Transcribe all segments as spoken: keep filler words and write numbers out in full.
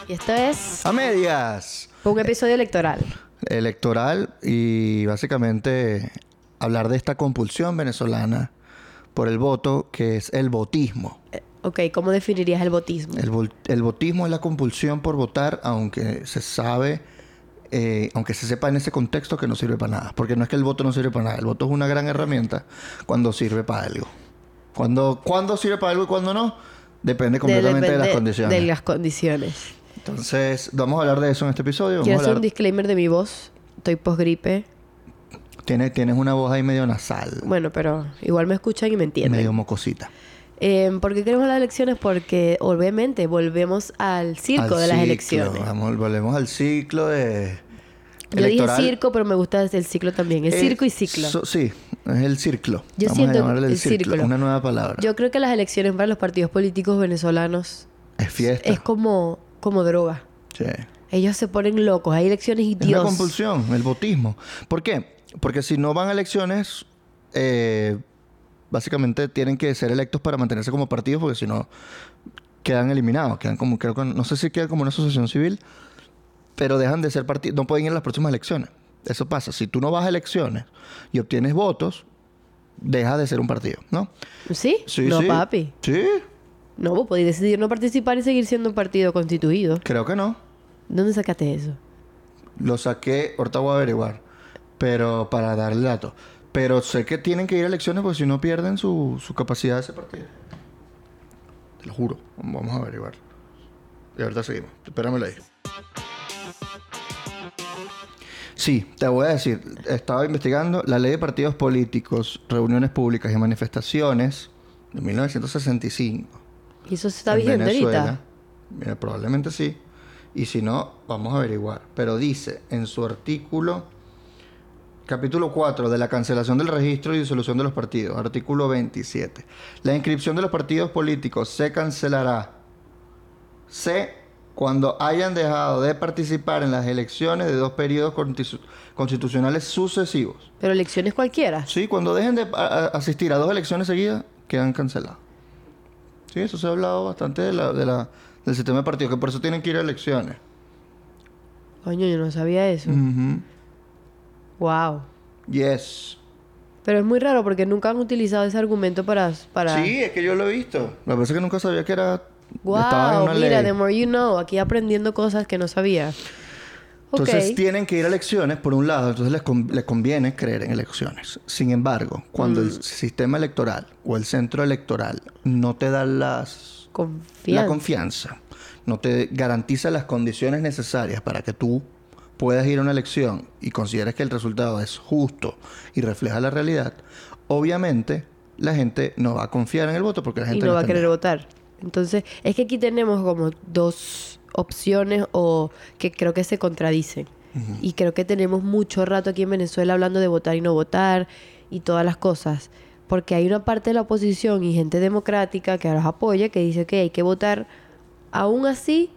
Y esto es A medias. un episodio electoral. Electoral y básicamente hablar de esta compulsión venezolana por el voto, que es el votismo. Eh, ok, ¿cómo definirías el votismo? El, vol- el votismo es la compulsión por votar, aunque se sabe, eh, aunque se sepa en ese contexto que no sirve para nada. Porque no es que el voto no sirve para nada. El voto es una gran herramienta cuando sirve para algo. Cuando, cuando sirve para algo y cuando no, depende completamente de, de las condiciones. De las condiciones. Entonces, vamos a hablar de eso en este episodio. Vamos Quiero a hacer hablar... un disclaimer de mi voz. Estoy posgripe. Tienes, tienes una voz ahí medio nasal. Bueno, pero igual me escuchan y me entienden. Medio mocosita. Eh, ¿Por qué queremos las elecciones? Porque obviamente volvemos al circo Al de las ciclo. elecciones. Vamos, volvemos al ciclo de... Yo electoral. dije circo, pero me gusta el ciclo también. El Eh, circo y ciclo. so- sí, es el círculo. Yo Vamos siento a llamarle el, el círculo. círculo. Una nueva palabra. Yo creo que las elecciones para los partidos políticos venezolanos Es fiesta. es como, como droga. Sí. Ellos se ponen locos. Hay elecciones y Es Dios. la compulsión, el votismo. ¿Por qué? Porque si no van a elecciones, eh, básicamente tienen que ser electos para mantenerse como partidos, porque si no, quedan eliminados. Quedan como, creo que, no sé si quedan como una asociación civil, pero dejan de ser partidos. No pueden ir a las próximas elecciones. Eso pasa. Si tú no vas a elecciones y obtienes votos, deja de ser un partido, ¿no? ¿Sí? Sí, no, sí. papi. Sí, No, vos podéis decidir no participar y seguir siendo un partido constituido. creo que no. ¿Dónde sacaste eso? Lo saqué, ahorita voy a averiguar, pero para darle datos. Pero sé que tienen que ir a elecciones porque si no pierden su, su capacidad de ese partido. Te lo juro. Vamos a averiguar. Y ahorita seguimos. Espéramelo ahí. Sí, te voy a decir. Estaba investigando la ley de partidos políticos, reuniones públicas y manifestaciones de mil novecientos sesenta y cinco. ¿Y eso está en vigente Venezuela. ahorita? Mira, probablemente sí. Y si no, vamos a averiguar. Pero dice en su artículo, capítulo cuatro, de la cancelación del registro y disolución de los partidos, artículo veintisiete. La inscripción de los partidos políticos se cancelará. C. Cuando hayan dejado de participar en las elecciones de dos periodos constitu- constitucionales sucesivos. Pero elecciones cualquiera. Sí, cuando dejen de a- a- asistir a dos elecciones seguidas, quedan cancelados. Sí, eso se ha hablado bastante de la, de la, del sistema de partidos, que por eso tienen que ir a elecciones. Coño, yo no sabía eso. Ujú. Wow. Yes. Pero es muy raro porque nunca han utilizado ese argumento para... para... Sí, es que yo lo he visto. Lo que pasa es que nunca sabía que era... estaba en Wow, una mira, ley. the more you know. Aquí aprendiendo cosas que no sabía. Entonces Ok. tienen que ir a elecciones, por un lado, entonces les, con- les conviene creer en elecciones. Sin embargo, cuando Mm. el sistema electoral o el centro electoral no te da las, Confianza. la confianza, no te garantiza las condiciones necesarias para que tú puedas ir a una elección y consideres que el resultado es justo y refleja la realidad, obviamente la gente no va a confiar en el voto porque la Y gente no va a está querer en- votar. Entonces, es que aquí tenemos como dos opciones o que creo que se contradicen. Ujú. Y creo que tenemos mucho rato aquí en Venezuela hablando de votar y no votar y todas las cosas. Porque hay una parte de la oposición y gente democrática que los apoya, que dice que hay que votar. Aún así,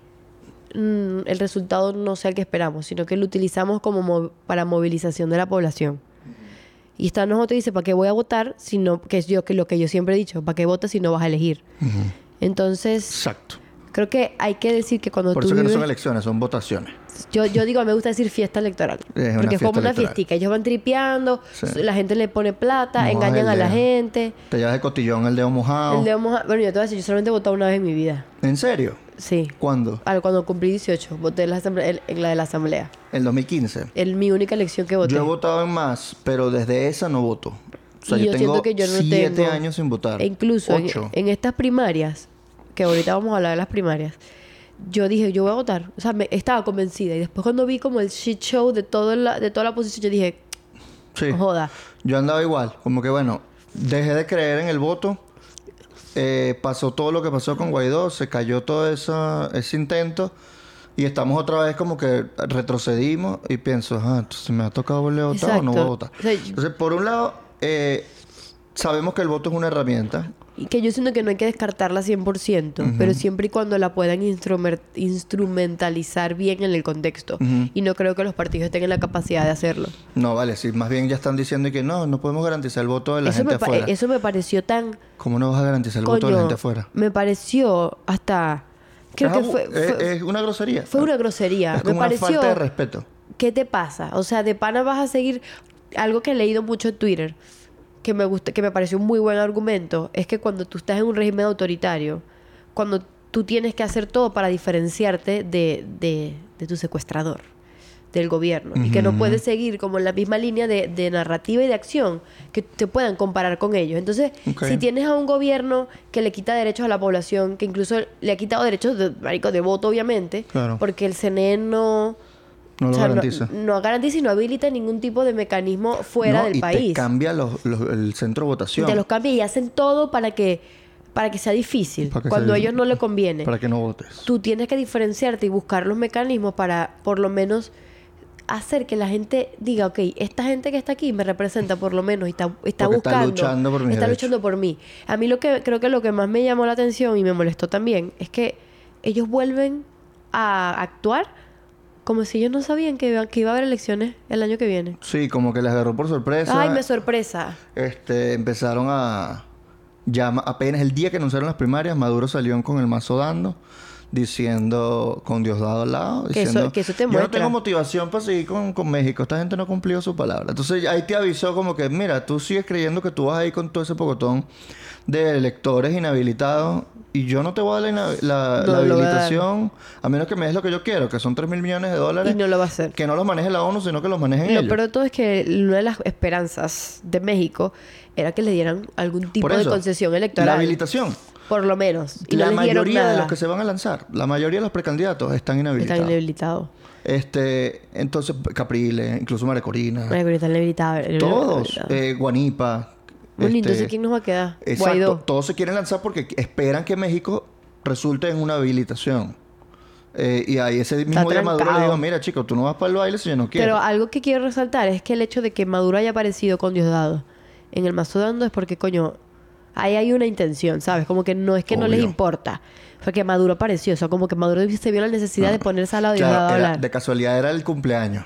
mm, el resultado no sea el que esperamos, sino que lo utilizamos como mo- para movilización de la población. Y está nosotros y dice, ¿para qué voy a votar? Si no, que es yo, que lo que yo siempre he dicho, ¿para qué votas si no vas a elegir? Ujú. Entonces, Exacto. creo que hay que decir que cuando Por tú eso que no vives... son elecciones, son votaciones. Yo, yo digo, me gusta decir fiesta electoral. Es una porque es como fiesta una electoral. fiestica. Ellos van tripeando, Sí. la gente le pone plata, Mojas engañan el a la dedo. gente. Te llevas de cotillón el dedo mojado. El dedo moja- Bueno, yo te voy a decir, yo solamente he votado una vez en mi vida. ¿En serio? Sí. ¿Cuándo? Al- Cuando cumplí dieciocho, voté en la, asamblea- en- en la de la asamblea. En dos mil quince. Es mi única elección que voté. Yo he votado en más, pero desde esa no voto. O sea, Y yo, yo tengo siento que yo no siete tengo- años sin votar. E incluso en, Ocho. en estas primarias, que ahorita vamos a hablar de las primarias, yo dije, yo voy a votar. O sea, me, estaba convencida. Y después cuando vi como el shit show de, todo la, de toda la oposición, yo dije, Sí. no joda. Yo andaba igual. Como que bueno, dejé de creer en el voto. Eh, pasó todo lo que pasó con Guaidó. Se cayó todo esa, ese intento. Y estamos otra vez como que retrocedimos. Y pienso, ah, entonces me ha tocado volver a votar o no voy a Exacto. votar. O sea, yo- Entonces, por un lado, eh, sabemos que el voto es una herramienta. Y que yo siento que no hay que descartarla cien por ciento, pero siempre y cuando la puedan instrumer- instrumentalizar bien en el contexto. Ujú. Y no creo que los partidos tengan la capacidad de hacerlo. No, vale, sí, más bien ya están diciendo que no, no podemos garantizar el voto de la Eso gente me, pa- afuera. eso me pareció tan... ¿Cómo no vas a garantizar el voto de la Coño, gente afuera? me pareció hasta Creo es, que abu- fue, es- fue, es una grosería. fue una grosería. Es Me como una pareció... falta de respeto. ¿Qué te pasa? O sea, de pana vas a seguir... Algo que he leído mucho en Twitter, que me gusta, que me pareció un muy buen argumento, es que cuando tú estás en un régimen autoritario, cuando tú tienes que hacer todo para diferenciarte de, de, de tu secuestrador, del gobierno, y que no Ujú. puedes seguir como en la misma línea de, de narrativa y de acción que te puedan comparar con ellos. Entonces, Ok. si tienes a un gobierno que le quita derechos a la población, que incluso le ha quitado derechos de, marico, de voto, obviamente, Claro. porque el C N E no... No lo o sea, garantiza. No, no garantiza y no habilita ningún tipo de mecanismo fuera No, del y país. te cambia los- los- el centro de Y votación. te los cambia y hacen todo para que, para que sea difícil. Para que Cuando sea a ellos no difícil. le conviene. Para que no votes. Tú tienes que diferenciarte y buscar los mecanismos para, por lo menos, hacer que la gente diga, ok, esta gente que está aquí me representa por lo menos y está, está Porque está buscando. luchando por mis está derechos. luchando por mí. A mí lo que creo que lo que más me llamó la atención y me molestó también es que ellos vuelven a actuar como si ellos no sabían que iba, que iba a haber elecciones el año que viene. Sí, como que les agarró por sorpresa. Ay, me sorpresa. Este, empezaron a... Ya ma- apenas el día que anunciaron las primarias, Maduro salió con el mazo dando, diciendo, con Diosdado al lado, Que eso- diciendo... que eso te Yo no muestra". tengo motivación para seguir con, con México. Esta gente no ha cumplido su palabra. Entonces ahí te avisó como que, mira, tú sigues creyendo que tú vas ahí con todo ese pocotón de electores inhabilitados y yo no te voy a dar la, ina- la- No la lo voy a dar. habilitación a menos que me des lo que yo quiero, que son tres mil millones de dólares. Y no lo va a hacer. Que no los maneje la ONU, sino que los manejen Lo ellos. peor de todo es que una de las esperanzas de México era que le dieran algún tipo Por de eso, concesión La electoral. habilitación. Por lo menos. Y la no les dieron mayoría nada. de los que se van a lanzar, la mayoría de los precandidatos están inhabilitados. Están inhabilitados. Este, entonces Capriles, incluso María Corina, Ay, pero están inhabilitados. todos, eh, Guanipa. Bueno, este, entonces ¿quién nos va a quedar? Exacto, Guaidó. todos se quieren lanzar porque esperan que México resulte en una habilitación. Eh, y ahí ese mismo día Maduro le trancado. dijo, mira chicos, tú no vas para el baile si yo no quiero. Pero algo que quiero resaltar es que el hecho de que Maduro haya aparecido con Diosdado en el mazo dando es porque, coño, ahí hay una intención, ¿sabes? Como que no es que no les Obvio. importa. Porque Maduro apareció. O sea, como que Maduro se vio la necesidad de ponerse al lado de Claro, Diosdado a era- hablar. de casualidad era el cumpleaños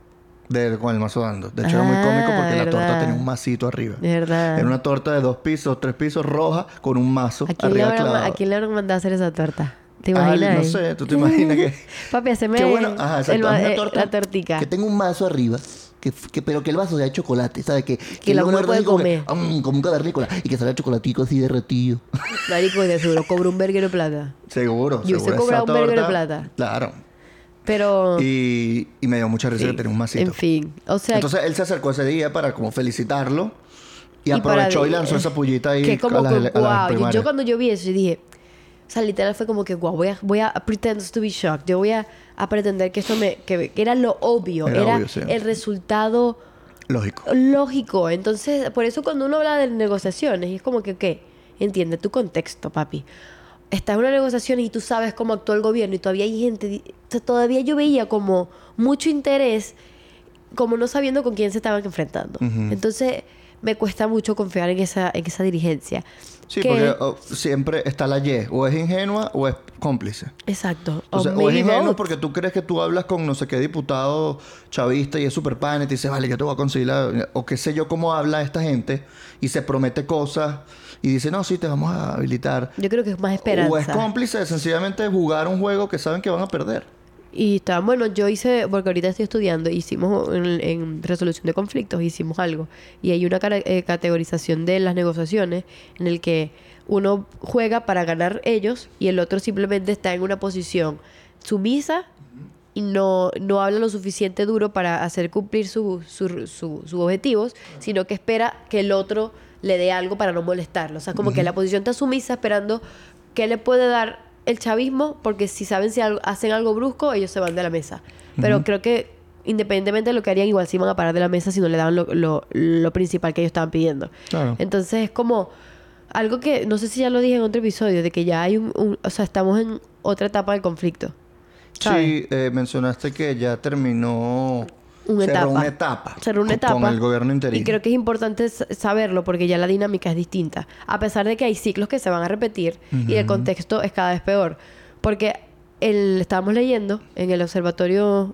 de, con el mazo dando. De hecho, era muy Ah, cómico porque la torta verdad. tenía un masito arriba. De verdad. Era una torta de dos pisos, tres pisos, roja, con un mazo ¿A quién, le arriba habrán, clavado. ¿A quién le habrán mandado a hacer esa torta? ¿Te Ah, imaginas? no eh? sé, tú te imaginas que... Papi, haceme Qué bueno, ajá, el exacto. ma- Haz una eh, torta la tortica. que tenga un mazo arriba, que, que- pero que el vaso sea de chocolate, ¿sabes? Que, Que la lo uno muerdas puede así como que, comer. "Mm", como un cavernícola, y que salga chocolatico así derretido. Marico, de seguro cobra un verguero de plata. Seguro, Yo hubiese seguro. cobrado esa un verguero de torta- plata. Claro. Pero... Y, y me dio mucha risa sí, que tenía un masito. En fin. O sea... Entonces él se acercó ese día para como felicitarlo y, y aprovechó para- y lanzó esa pullita ahí que como a las, que, ele- a las wow. Yo, primarias. yo cuando yo vi eso, yo dije... O sea, literal fue como que, wow, voy a, voy a pretend to be shocked. Yo voy a, a pretender que esto me... Que, que era lo obvio. Era Era, obvio, sí. el resultado Lógico. lógico. Entonces, por eso cuando uno habla de negociaciones, y es como que, ¿qué? Entiende tu contexto, papi. Estás en una negociación y tú sabes cómo actuó el gobierno y todavía hay gente... di- o sea, todavía yo veía como mucho interés, como no sabiendo con quién se estaban enfrentando. Ujú. Entonces, me cuesta mucho confiar en esa, en esa dirigencia. Sí, Que- porque oh, siempre está la Y. O es ingenua o es cómplice. Exacto. O, sea, o es maybe ingenuo both. porque tú crees que tú hablas con no sé qué diputado chavista y es super pan y te dice, vale, yo te voy a conseguir la... O qué sé yo cómo habla esta gente y se promete cosas y dice, no, sí, te vamos a habilitar. Yo creo que es más esperanza. O es cómplice de sencillamente jugar un juego que saben que van a perder. Y está, bueno, yo hice, porque ahorita estoy estudiando, hicimos en, en resolución de conflictos, hicimos algo. Y hay una cara- eh, categorización de las negociaciones en el que uno juega para ganar ellos y el otro simplemente está en una posición sumisa y no, no habla lo suficiente duro para hacer cumplir su- su- su- sus objetivos, sino que espera que el otro le dé algo para no molestarlo. O sea, como que la posición está sumisa esperando qué le puede dar el chavismo, porque si saben si algo- hacen algo brusco, ellos se van de la mesa. Pero creo que independientemente de lo que harían, igual sí iban a parar de la mesa si no le daban lo, lo, lo principal que ellos estaban pidiendo. Claro. Entonces es como algo que, no sé si ya lo dije en otro episodio, de que ya hay un, un- o sea, estamos en otra etapa del conflicto. ¿sabes? Sí, eh, mencionaste que ya terminó... Una cerró etapa. una etapa. Cerró una con- etapa. Con el gobierno interino. Y creo que es importante s- saberlo porque ya la dinámica es distinta. A pesar de que hay ciclos que se van a repetir y el contexto es cada vez peor. Porque el, estábamos leyendo en el observatorio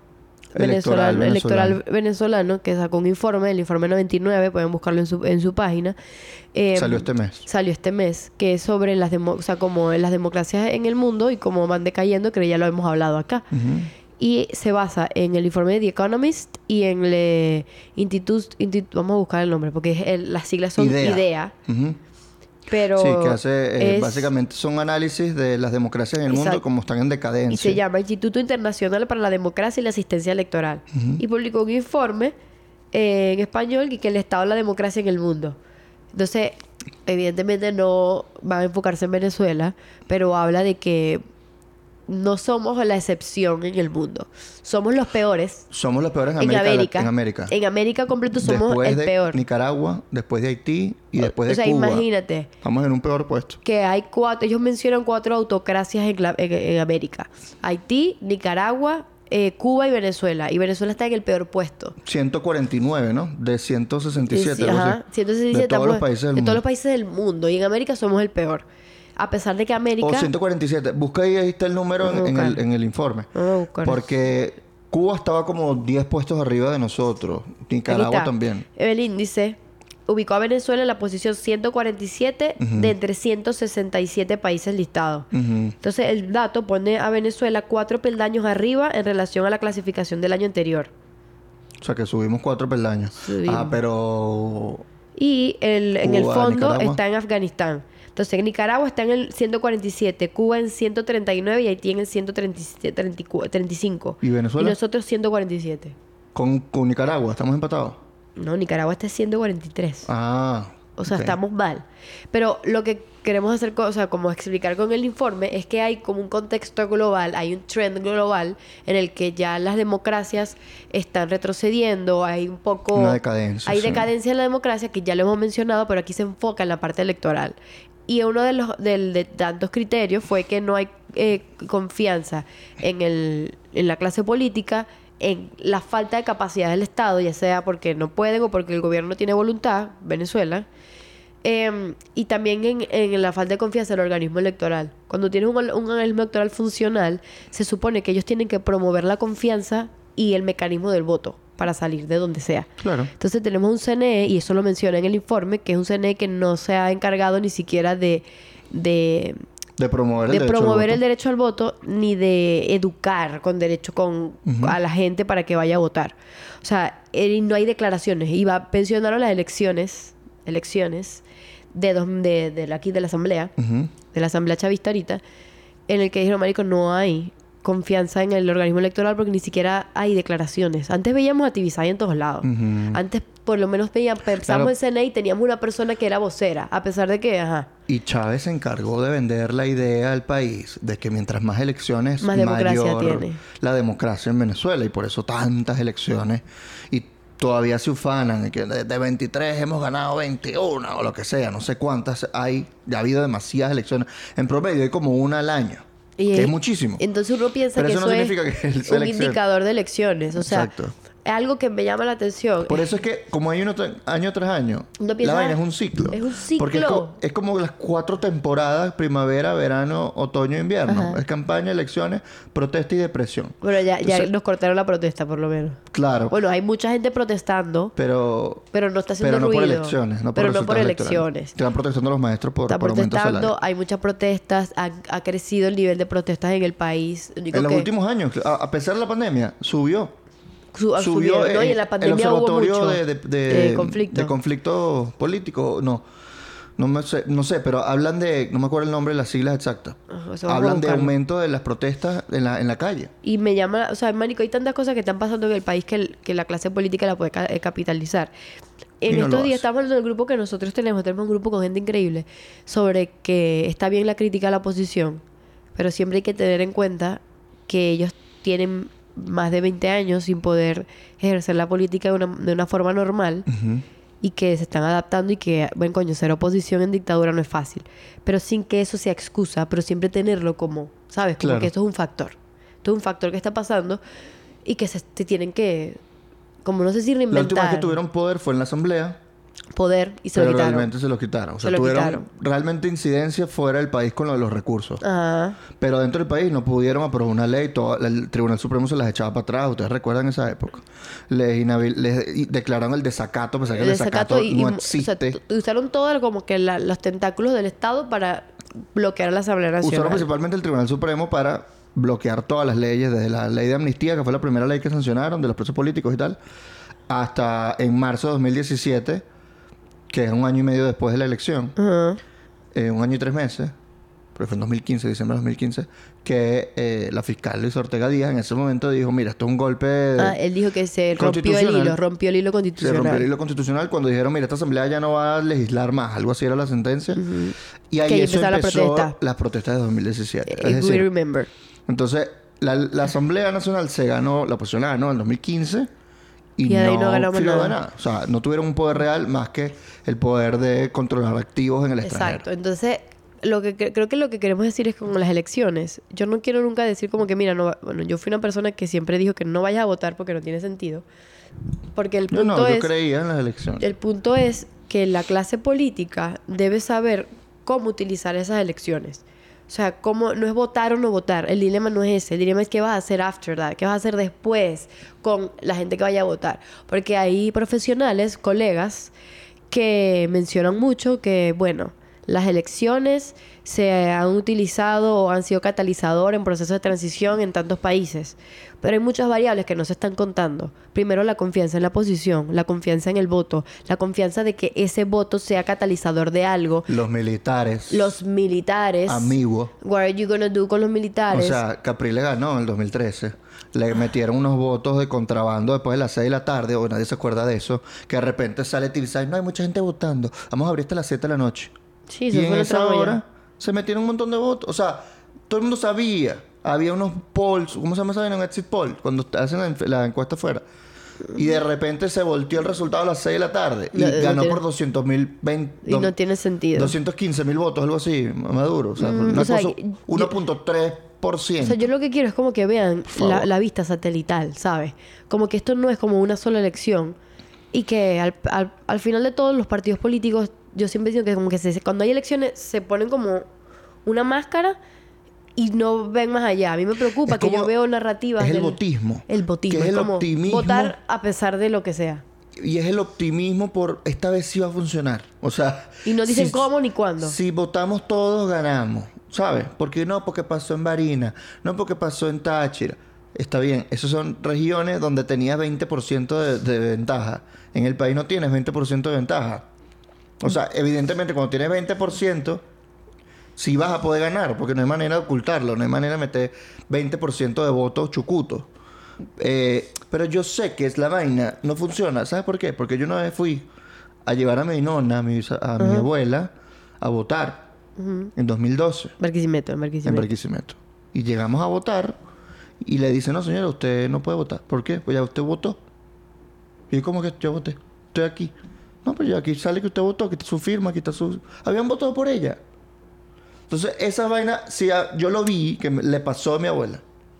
Electoral venezolano, electoral venezolano. venezolano, que sacó un informe, el informe noventa y nueve, pueden buscarlo en su, en su página. Eh, Salió este mes. Salió este mes, que es sobre las, demo, o sea, como las democracias en el mundo y cómo van decayendo, que ya lo hemos hablado acá. Ujú. Y se basa en el informe de The Economist y en el Instituto... Institu, vamos a buscar el nombre, porque es el, las siglas son Idea. IDEA. Ujú. Pero Sí, que hace... eh, es- básicamente son análisis de las democracias en el mundo, Exacto. como están en decadencia. Y se llama Instituto Internacional para la Democracia y la Asistencia Electoral. Ujú. Y publicó un informe eh, en español y que el estado de la democracia en el mundo. Entonces, evidentemente no va a enfocarse en Venezuela, pero habla de que no somos la excepción en el mundo. Somos los peores. Somos los peores en En América. América. En América. En América completo somos Después el de peor. Nicaragua, después de Haití y después de O sea, Cuba. imagínate Estamos en un peor puesto. que hay cuatro, ellos mencionan cuatro autocracias en, la- en- en América. Haití, Nicaragua, eh, Cuba y Venezuela. Y Venezuela está en el peor puesto. ciento cuarenta y nueve, ¿no? De ciento sesenta y siete. Sí, algo ajá, así. ciento sesenta y siete De todos estamos- los países del de mundo. todos los países del mundo. Y en América somos el peor. A pesar de que América... O ciento cuarenta y siete. Busca ahí, ahí está el número en, Vamos a en el, buscar. en el informe. Vamos a buscar. Porque Cuba estaba como diez puestos arriba de nosotros. Aquí Nicaragua está. también. El índice ubicó a Venezuela en la posición ciento cuarenta y siete de entre ciento sesenta y siete países listados. Ujú. Entonces, el dato pone a Venezuela cuatro peldaños arriba en relación a la clasificación del año anterior. O sea que subimos cuatro peldaños. Subimos. Ah, pero... Y el, en el Cuba, fondo Nicaragua. está en Afganistán. Entonces, Nicaragua está en el ciento cuarenta y siete, Cuba en ciento treinta y nueve y Haití en el ciento treinta y siete, treinta y cuatro, treinta y cinco. ¿Y Venezuela? Y nosotros ciento cuarenta y siete. Con, con Nicaragua, ¿estamos empatados? No, Nicaragua está en ciento cuarenta y tres. Ah. O sea, ok. estamos mal. Pero lo que queremos hacer, co- o sea, como explicar con el informe, es que hay como un contexto global, hay un trend global en el que ya las democracias están retrocediendo, hay un poco... Una decadencia, Hay sí. decadencia en la democracia, que ya lo hemos mencionado, pero aquí se enfoca en la parte electoral. Y uno de los del- de tantos criterios fue que no hay eh, confianza en, el, en la clase política, en la falta de capacidad del Estado, ya sea porque no pueden o porque el gobierno no tiene voluntad, Venezuela, eh, y también en, en la falta de confianza en el organismo electoral. Cuando tienes un, un organismo electoral funcional, se supone que ellos tienen que promover la confianza y el mecanismo del voto para salir de donde sea. Claro. Entonces tenemos un C N E, y eso lo menciona en el informe, que es un C N E que no se ha encargado ni siquiera de... de De promover el de derecho al promover voto. el derecho al voto ni de educar con derecho con Ujú. a la gente para que vaya a votar. O sea, eh, no hay declaraciones. Iba pensionaron las elecciones, elecciones de, dos, de, de la, aquí de la asamblea, Ujú. de la asamblea chavista ahorita, en el que dijeron, marico, no hay confianza en el organismo electoral porque ni siquiera hay declaraciones. Antes veíamos a Tibisay en todos lados. Ujú. Antes por lo menos veíamos, pensamos Claro. en C N E y teníamos una persona que era vocera, a pesar de que, ajá, Y Chávez se encargó de vender la idea al país de que mientras más elecciones, Más democracia mayor tiene. la democracia en Venezuela. Y por eso tantas elecciones. Y todavía se ufanan de que de, de veintitrés hemos ganado veintiuno o lo que sea. No sé cuántas hay. Ya ha habido demasiadas elecciones. En promedio hay como una al año. Y que es- es muchísimo. Entonces uno piensa Pero que eso eso, no es significa que el- sea un elección. indicador de elecciones. O sea, Exacto. es algo que me llama la atención. Por eso es que, como hay uno tra- año tras año, Uno la piensa, vaina es un ciclo. es un ciclo. Porque es, co- es como las cuatro temporadas: primavera, verano, otoño, invierno. Ajá. Es campaña, elecciones, protesta y depresión. Bueno, ya, ya Entonces- nos cortaron la protesta, por lo menos. Claro. Bueno, hay mucha gente protestando, pero pero no está haciendo pero no ruido. por elecciones. No por pero no por resultados electorales. elecciones. Están protestando los maestros por, Está por aumento de protestando, salario. hay muchas protestas, ha, ha crecido el nivel de protestas en el país. Digo En los que últimos años, a, a pesar de la pandemia, subió. su- ha Subió subido, ¿no? en Y en la pandemia el hubo observatorio mucho de, de, de- eh, conflicto. de conflicto político. No, no, me sé, no sé, pero hablan de... No me acuerdo el nombre de las siglas exactas. Ajá, eso vamos a Hablan de buscarlo. aumento de las protestas en la, en la calle. Y me llama, o sea, marico, hay tantas cosas que están pasando en el país que, el- que la clase política la puede ca- eh, capitalizar. En Y no lo estos días hace. estamos hablando del grupo que nosotros tenemos, tenemos un grupo con gente increíble, sobre que está bien la crítica a la oposición, pero siempre hay que tener en cuenta que ellos tienen más de veinte años sin poder ejercer la política de una, de una forma normal Ujú. y que se están adaptando y que, bueno, coño, ser oposición en dictadura no es fácil. Pero sin que eso sea excusa, pero siempre tenerlo como, ¿sabes? Como Claro. que esto es un factor. Esto es un factor que está pasando y que se, se tienen que, como no sé si La última vez reinventar. que tuvieron poder fue en la asamblea poder y se Pero lo quitaron. realmente se los quitaron. O sea, Se lo tuvieron quitaron. realmente incidencia fuera del país con lo de los recursos. Ajá. Pero dentro del país no pudieron aprobar una ley. Todo, el Tribunal Supremo se las echaba para atrás. ¿Ustedes recuerdan esa época? Les, inabil- les y declararon el desacato. Pensé que el El desacato, desacato y, no y- existe. o sea, t- usaron todo como que la- los tentáculos del Estado para bloquear a la Asamblea Usaron Nacional. principalmente el Tribunal Supremo para bloquear todas las leyes. Desde la ley de amnistía, que fue la primera ley que sancionaron, de los presos políticos y tal, hasta en marzo de dos mil diecisiete, que es un año y medio después de la elección. Ajá. eh, un año y tres meses, pero fue en dos mil quince, diciembre de dos mil quince, que eh, la fiscal Luis Ortega Díaz en ese momento dijo, mira, esto es un golpe de- Ah, él dijo que se rompió el constitucional. hilo, rompió el hilo se constitucional. rompió el hilo constitucional cuando dijeron, mira, esta asamblea ya no va a legislar más, algo así era la sentencia. Ujú. Y ahí Que ahí eso empezó la empezó protesta. las protestas de dos mil diecisiete. Eh, es we decir, remember. entonces, la, la Asamblea Nacional se ganó, la oposición la ganó en dos mil quince y, Y de ahí no, no ganamos sirvió de nada. nada. O sea, no tuvieron un poder real más que el poder de controlar activos en el extranjero. Exacto. Entonces, lo que cre- creo que lo que queremos decir es como las elecciones. Yo no quiero nunca decir como que, mira, no va- bueno, yo fui una persona que siempre dijo que no vayas a votar porque no tiene sentido. Porque el Yo punto no, yo es... creía en las elecciones. El punto es que la clase política debe saber cómo utilizar esas elecciones. O sea, cómo, no es votar o no votar. El dilema no es ese. El dilema es qué vas a hacer after that. ¿Qué vas a hacer después con la gente que vaya a votar? Porque hay profesionales, colegas, que mencionan mucho que, bueno, las elecciones se han utilizado o han sido catalizador en procesos de transición en tantos países. Pero hay muchas variables que no se están contando. Primero, la confianza en la posición, la confianza en el voto, la confianza de que ese voto sea catalizador de algo. Los militares. Los militares. Amigos. What are you gonna do con los militares? O sea, Capriles ganó en el dos mil trece. Le metieron unos votos de contrabando después de las seis de la tarde, o nadie se acuerda de eso, que de repente sale Tirzay, no hay mucha gente votando, vamos a abrir hasta las siete de la noche. sí, Y eso en fue esa otra olla. hora se metieron un montón de votos. O sea, todo el mundo sabía. Había unos polls, ¿cómo se llama esa vaina? Un exit poll, cuando hacen la, enf- la encuesta afuera. Y de repente se volteó el resultado a las seis de la tarde. Y No, no ganó tiene- por doscientos mil, veinte, Y no tiene sentido. doscientos quince mil votos, algo así, Maduro. O sea, Mm, una o sea, cosa, yo- uno punto tres por ciento. O sea, yo lo que quiero es como que vean favor. la, la vista satelital, ¿sabes? Como que esto no es como una sola elección. Y que al, al, al final de todos los partidos políticos, yo siempre digo que como que se, cuando hay elecciones se ponen como una máscara y no ven más allá. A mí me preocupa Es que yo como- veo narrativas... es el del- botismo. El botismo. Que es es el como optimismo. votar a pesar de lo que sea. Y es el optimismo por esta vez sí va a funcionar. O sea... Y no dicen si- cómo ni cuándo. Si votamos todos, ganamos. ¿Sabes? Porque no, porque pasó en Barinas. No porque pasó en Táchira. Está bien. Esas son regiones donde tenías veinte por ciento de, de ventaja. En el país no tienes veinte por ciento de ventaja. O sea, evidentemente cuando tienes veinte por ciento... sí vas a poder ganar. Porque no hay manera de ocultarlo. No hay manera de meter veinte por ciento de votos chucutos. Eh, pero yo sé que es la vaina no funciona. ¿Sabes por qué? Porque yo una vez fui a llevar a mi nona, a mi, bisa- a mi Ajá. abuela, a votar Ujú. en dos mil doce Barquisimeto, en en Barquisimeto. Barquisimeto. Y llegamos a votar y le dicen, no señora, usted no puede votar. ¿Por qué? Pues ya usted votó. Y yo, ¿cómo que yo voté? Estoy aquí. No, pues ya aquí sale que usted votó, aquí está su firma, aquí está su... Habían votado por ella. Entonces, esa vaina, si a- yo lo vi, que me- le pasó a mi abuela.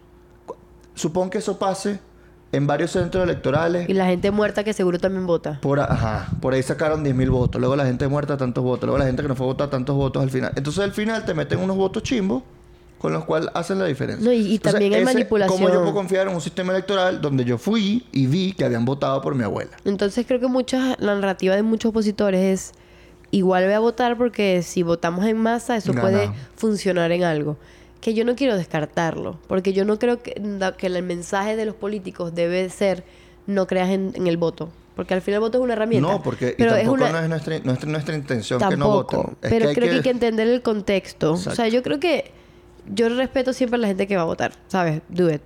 Supongo que eso pase en varios centros electorales. Y la gente muerta que seguro también vota. Por, a- ajá, por ahí sacaron diez mil votos. Luego la gente muerta, tantos votos. Luego la gente que no fue a votar, tantos votos al final. Entonces al final te meten unos votos chimbos con los cuales hacen la diferencia. No, y- y Entonces, también hay ese- manipulación. ¿Cómo yo puedo confiar en un sistema electoral donde yo fui y vi que habían votado por mi abuela? Entonces creo que mucha, la narrativa de muchos opositores es igual voy a votar porque si votamos en masa eso Ganamos. puede funcionar en algo. Que yo no quiero descartarlo, porque yo no creo que, da- que el mensaje de los políticos debe ser no creas en, en el voto. Porque al final el voto es una herramienta. No, porque y pero es tampoco una, no es nuestra, nuestra, nuestra intención que no tampoco. voten. Es Pero que hay creo que... que- hay que entender el contexto. O Exacto. sea, yo creo que yo respeto siempre a la gente que va a votar, ¿sabes? Do it.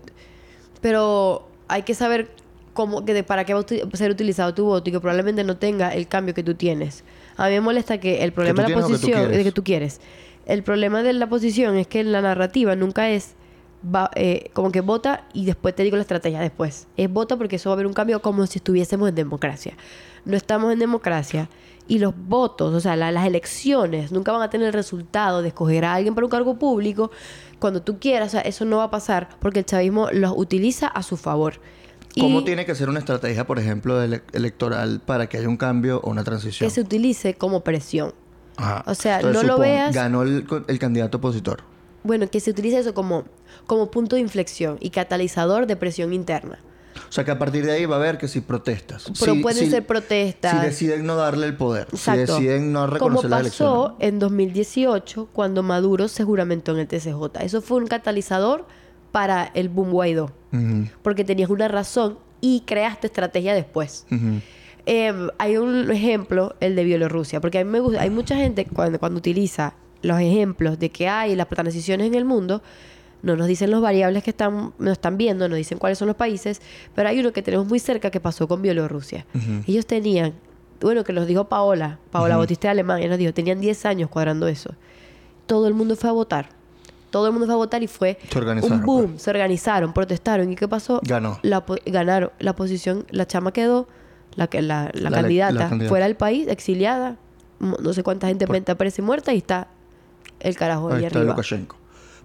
Pero hay que saber cómo, que de, para qué va a uti- ser utilizado tu voto y que probablemente no tenga el cambio que tú tienes. A mí me molesta que el problema tú de la tienes o que tú posición quieres. de que tú quieres. El problema de la posición es que la narrativa nunca es va, eh, como que vota y después te digo la estrategia después. Es vota porque eso va a haber un cambio como si estuviésemos en democracia. No estamos en democracia y los votos, o sea, la- las elecciones nunca van a tener el resultado de escoger a alguien para un cargo público cuando tú quieras. O sea, eso no va a pasar porque el chavismo los utiliza a su favor. ¿Cómo Y tiene que ser una estrategia, por ejemplo, ele- electoral para que haya un cambio o una transición? que se utilice como presión. Ajá. O sea, Entonces, no lo supón, veas... ganó el, co- el candidato opositor. Bueno, que se utilice eso como, como punto de inflexión y catalizador de presión interna. O sea, que a partir de ahí va a haber que si protestas. Pero si, pueden si- ser protestas. Si deciden no darle el poder. Exacto. Si deciden no Como reconocer las elecciones. pasó en dos mil dieciocho cuando Maduro se juramentó en el T C J. Eso fue un catalizador para el boom Guaidó. Ujú, Porque tenías una razón y creaste estrategia después. ujú. Eh, hay un ejemplo, el de Bielorrusia, porque a mí me gusta, hay mucha gente cuando, cuando utiliza los ejemplos de que hay las transiciones en el mundo, no nos dicen los variables que están, nos están viendo, nos dicen cuáles son los países, pero hay uno que tenemos muy cerca que pasó con Bielorrusia. Ujú. Ellos tenían, bueno, que nos dijo Paola, Paola Ujú. Bautista de Alemania, nos dijo, tenían diez años cuadrando eso. Todo el mundo fue a votar. Todo el mundo fue a votar y fue Se organizaron, un boom. pues. Se organizaron, protestaron. ¿Y qué pasó? Ganó. La, po- ganaron. La posición, la chama quedó, la, que- la, la, La- la candidata, candidata. fuera del país, exiliada. mo- No sé cuánta gente Por- aparece muerta y está el carajo Ahí ahí está arriba. Lukashenko.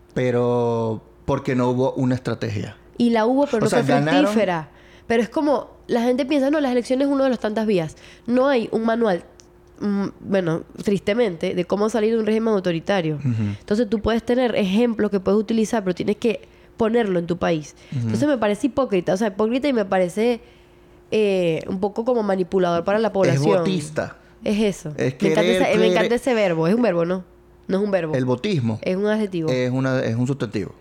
Pero porque no hubo una estrategia. Y la hubo, pero O no sea, fue ganaron- fructífera. Pero es como, la gente piensa, no, las elecciones es uno de los tantas vías. No hay un manual, mm, bueno, tristemente, de cómo salir de un régimen autoritario. Ujú. Entonces tú puedes tener ejemplos que puedes utilizar, pero tienes que ponerlo en tu país. Entonces me parece hipócrita. O sea, hipócrita y me parece eh, un poco como manipulador para la Es población. votista. Es eso. Es me, encanta querer- ese, me querer- encanta ese verbo. Es un verbo, ¿no? No es un verbo. El votismo Es un adjetivo. es, una, es un sustantivo.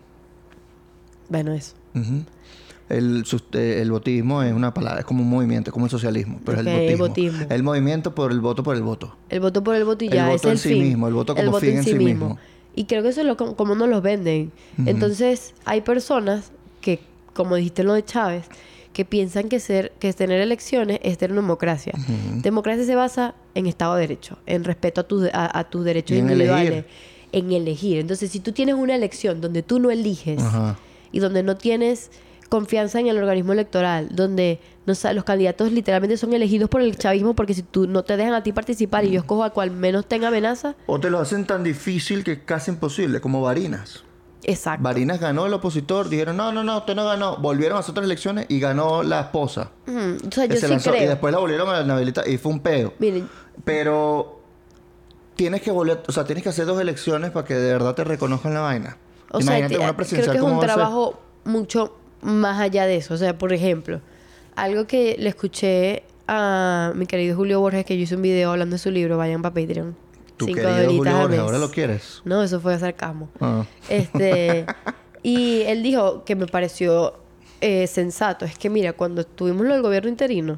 Bueno, eso. Ujú. El, sus- eh, el votismo es una palabra, es como un movimiento, es como el socialismo, pero Ok, es el el votismo. votismo. El movimiento por el voto por el voto. El voto por el voto y El ya. voto ese en es sí el fin. mismo, el voto como fin en sí mismo. Y creo que eso es lo, como, como nos los venden. Ujú. Entonces, hay personas que, como dijiste en lo de Chávez, que piensan que ser que tener elecciones es tener democracia. Ujú. Democracia se basa en Estado de Derecho, en respeto a tus, a, a tus derechos Y en individuales, elegir. en elegir. Entonces, si tú tienes una elección donde tú no eliges Ajá. y donde no tienes confianza en el organismo electoral, donde no sa- los candidatos literalmente son elegidos por el chavismo, porque si tú no te dejan a ti participar y yo escojo a cual menos tenga amenaza, O te lo hacen tan difícil que es casi imposible, como Barinas. exacto. Barinas ganó el opositor, dijeron, no, no, no, usted no ganó. Volvieron a hacer otras elecciones y ganó la esposa. Ujú. O sea, Que yo se sí lanzó, creo. y después la volvieron a inhabilitar y fue un peo. Miren, Pero tienes que volver, o sea, tienes que hacer dos elecciones para que de verdad te reconozcan la vaina. o sea, Imagínate te- una creo presidencial que es cómo un va a ser. trabajo mucho más allá de eso. O sea, por ejemplo, algo que le escuché a mi querido Julio Borges, que yo hice un video hablando de su libro, vayan para Patreon. Tu Cinco querido dolitas Julio al Borges, mes. ahora lo quieres. No, eso fue sarcasmo. Ah. Este, y él dijo que me pareció eh, sensato. Es que mira, cuando tuvimos lo del gobierno interino,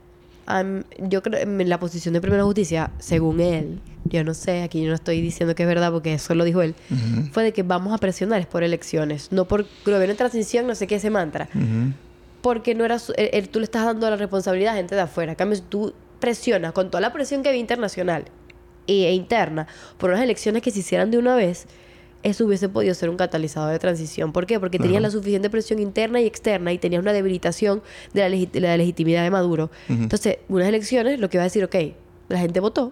am- yo creo en la posición de primera justicia, según él, yo no sé, aquí yo no estoy diciendo que es verdad porque eso lo dijo él, Ujú. fue de que vamos a presionar es por elecciones, no por gobierno de transición, no sé qué ese mantra. Ujú. Porque no era su- él- él- tú le estás dando la responsabilidad a gente de afuera. En cambio, si tú presionas con toda la presión que había internacional e, e interna por unas elecciones que se hicieran de una vez, eso hubiese podido ser un catalizador de transición. ¿Por qué? Porque tenías Claro. la suficiente presión interna y externa y tenías una debilitación de la, legi- de la legitimidad de Maduro. Ujú. Entonces, unas elecciones, lo que va a decir, ok, la gente votó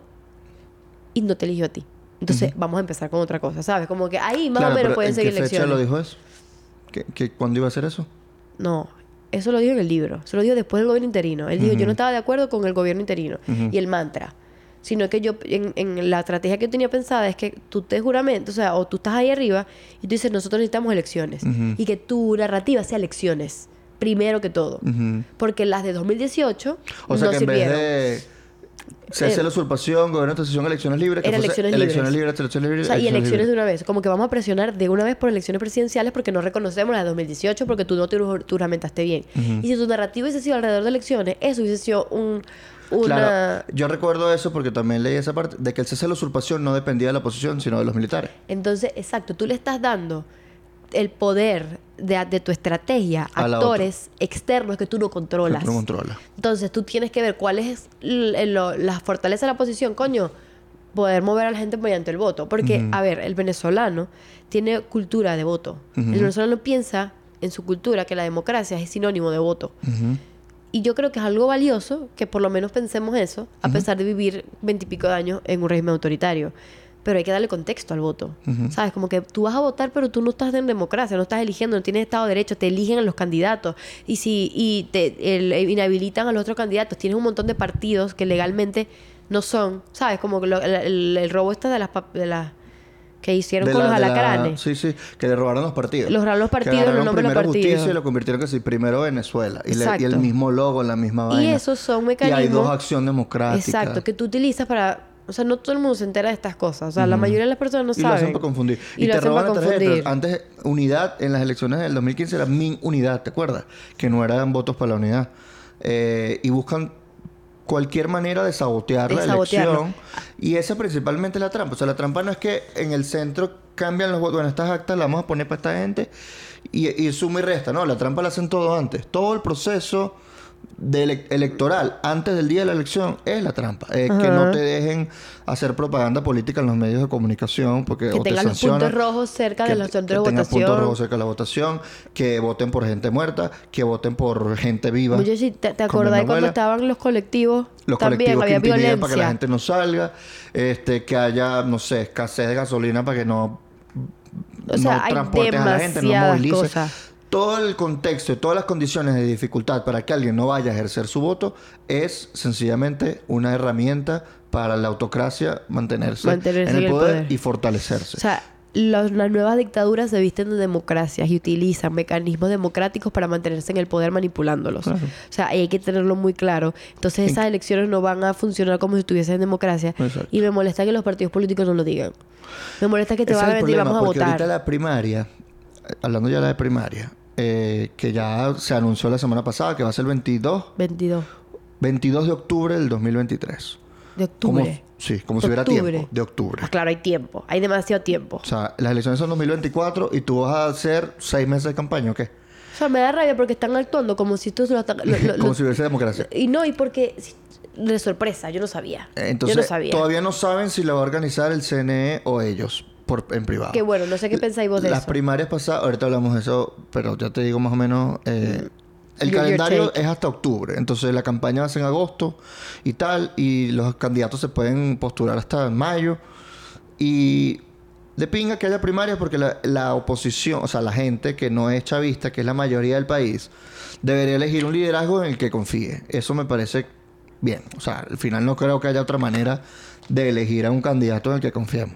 y no te eligió a ti. Entonces, vamos a empezar con otra cosa, ¿sabes? Como que ahí más Claro, o menos pero pueden ¿en seguir qué fecha elecciones. lo dijo eso? ¿Qué, qué- cuándo iba a ser eso? No, eso lo dijo en el libro. Se lo dijo después del gobierno interino. Él dijo, Ujú. yo no estaba de acuerdo con el gobierno interino Ujú. y el mantra. Sino que yo, en, en la estrategia que yo tenía pensada es que tú te juramentas, o sea, o tú estás ahí arriba y tú dices, nosotros necesitamos elecciones. Ujú. Y que tu narrativa sea elecciones, primero que todo. Ujú. Porque las de dos mil dieciocho O sea no que en sirvieron. vez de se hace Eh, la usurpación, gobierno de transición, elecciones libres, que Era fuese elecciones elecciones libres. libres, elecciones libres, O sea, y elecciones libres. de una vez. Como que vamos a presionar de una vez por elecciones presidenciales porque no reconocemos las de dos mil dieciocho porque tú no te ju- tú juramentaste bien. Ujú. Y si tu narrativa hubiese sido alrededor de elecciones, eso hubiese sido un, una... Claro, yo recuerdo eso porque también leí esa parte de que el cese de la usurpación no dependía de la oposición, sino de los militares. Entonces, exacto, tú le estás dando el poder de, de tu estrategia a A la actores externos que tú no controlas. Que tú no controlas. Entonces, tú tienes que ver cuál es l- lo- la fortaleza de la posición, coño, poder mover a la gente mediante el voto. Porque, Ujú. a ver, el venezolano tiene cultura de voto. Ujú. El venezolano piensa en su cultura que la democracia es sinónimo de voto. Ujú. Y yo creo que es algo valioso que por lo menos pensemos eso, a Ujú. pesar de vivir veintipico de años en un régimen autoritario. pero hay que darle contexto al voto. Ujú. ¿Sabes? Como que tú vas a votar, pero tú no estás en democracia, no estás eligiendo, no tienes Estado de Derecho, te eligen a los candidatos. Y si y te el- inhabilitan a los otros candidatos, tienes un montón de partidos que legalmente no son, ¿sabes? Como que lo- el, el- el robo este de las, pap- de las que hicieron De con la- los de la- alacranes. Sí, sí. Que le robaron los partidos. Los robaron los partidos, Que agarraron los nombres de los primero Justicia partidos. y lo convirtieron que sí, primero Venezuela. Y, le- y el Exacto. mismo logo, la misma Y vaina. esos son Y hay mecanismos... dos acción democrática. Exacto, que tú utilizas para... O sea, no todo el mundo se entera de estas cosas. O sea, la Ujú. mayoría de las personas no Y lo saben. hacen para confundir. Y, Y, lo te hacen roban para la tarjeta. confundir. Antes, unidad, en las elecciones del dos mil quince era min unidad, ¿te acuerdas? Que no eran votos para la unidad. Eh, y buscan cualquier manera de sabotear De la sabotearlo. elección. Y esa principalmente es la trampa. O sea, la trampa no es que en el centro cambian los votos. Bueno, estas actas las vamos a poner para esta gente. Y, y suma y resta. No, la trampa la hacen todo antes. Todo el proceso de ele- electoral antes del día de la elección es la trampa. Es que Ajá. no te dejen hacer propaganda política en los medios de comunicación porque Que o te tengan los sancionan, puntos rojos cerca que, de los que centros de tengan votación. puntos rojos cerca de la votación, que voten por gente muerta, que voten por gente viva. Muchos, sí, ¿te, te como mi acordás cuando abuela. estaban los colectivos? Los También colectivos que había intimidan violencia. para que la gente no salga, este, que haya, no sé, escasez de gasolina para que no, O sea, no hay transportes a la gente, no demasiadas movilices. cosas. Todo el contexto y todas las condiciones de dificultad para que alguien no vaya a ejercer su voto es sencillamente una herramienta para la autocracia mantenerse, Mantenerse en el en el poder, poder. y fortalecerse. O sea, los- las nuevas dictaduras se visten de democracias y utilizan mecanismos democráticos para mantenerse en el poder manipulándolos. Claro. O sea, ahí hay que tenerlo muy claro. Entonces esas elecciones no van a funcionar como si estuviesen en democracia. Exacto. Y me molesta que los partidos políticos no lo digan. Me molesta que te Ese van es a el mentir, problema, vamos a porque votar. ahorita la primaria, eh, hablando ya de la primaria, eh, que ya se anunció la semana pasada que va a ser el veintidós, veintidós veintidós de octubre del dos mil veintitrés. de Como, octubre. sí, como si De hubiera octubre. tiempo. De octubre. Ah, claro, hay tiempo. Hay demasiado tiempo. O sea, las elecciones son dos mil veinticuatro y tú vas a hacer seis meses de campaña, ¿o qué? O sea, me da rabia porque están actuando como si esto se lo están... lo- lo- como lo- si hubiese democracia. Y no, y porque... si- de sorpresa, yo no sabía. Entonces, yo no sabía. todavía no saben si lo va a organizar el C N E o ellos, por, en privado. Qué bueno, no sé qué pensáis vos de Las eso. primarias pasadas, ahorita hablamos de eso, pero ya te digo más o menos... eh, el Your- your calendario take. es hasta octubre, entonces la campaña va a ser en agosto y tal, y los candidatos se pueden postular hasta en mayo. Y de pinga que haya primarias porque la, la oposición, o sea, la gente que no es chavista, que es la mayoría del país, debería elegir un liderazgo en el que confíe. Eso me parece bien. O sea, al final no creo que haya otra manera de elegir a un candidato en el que confiemos.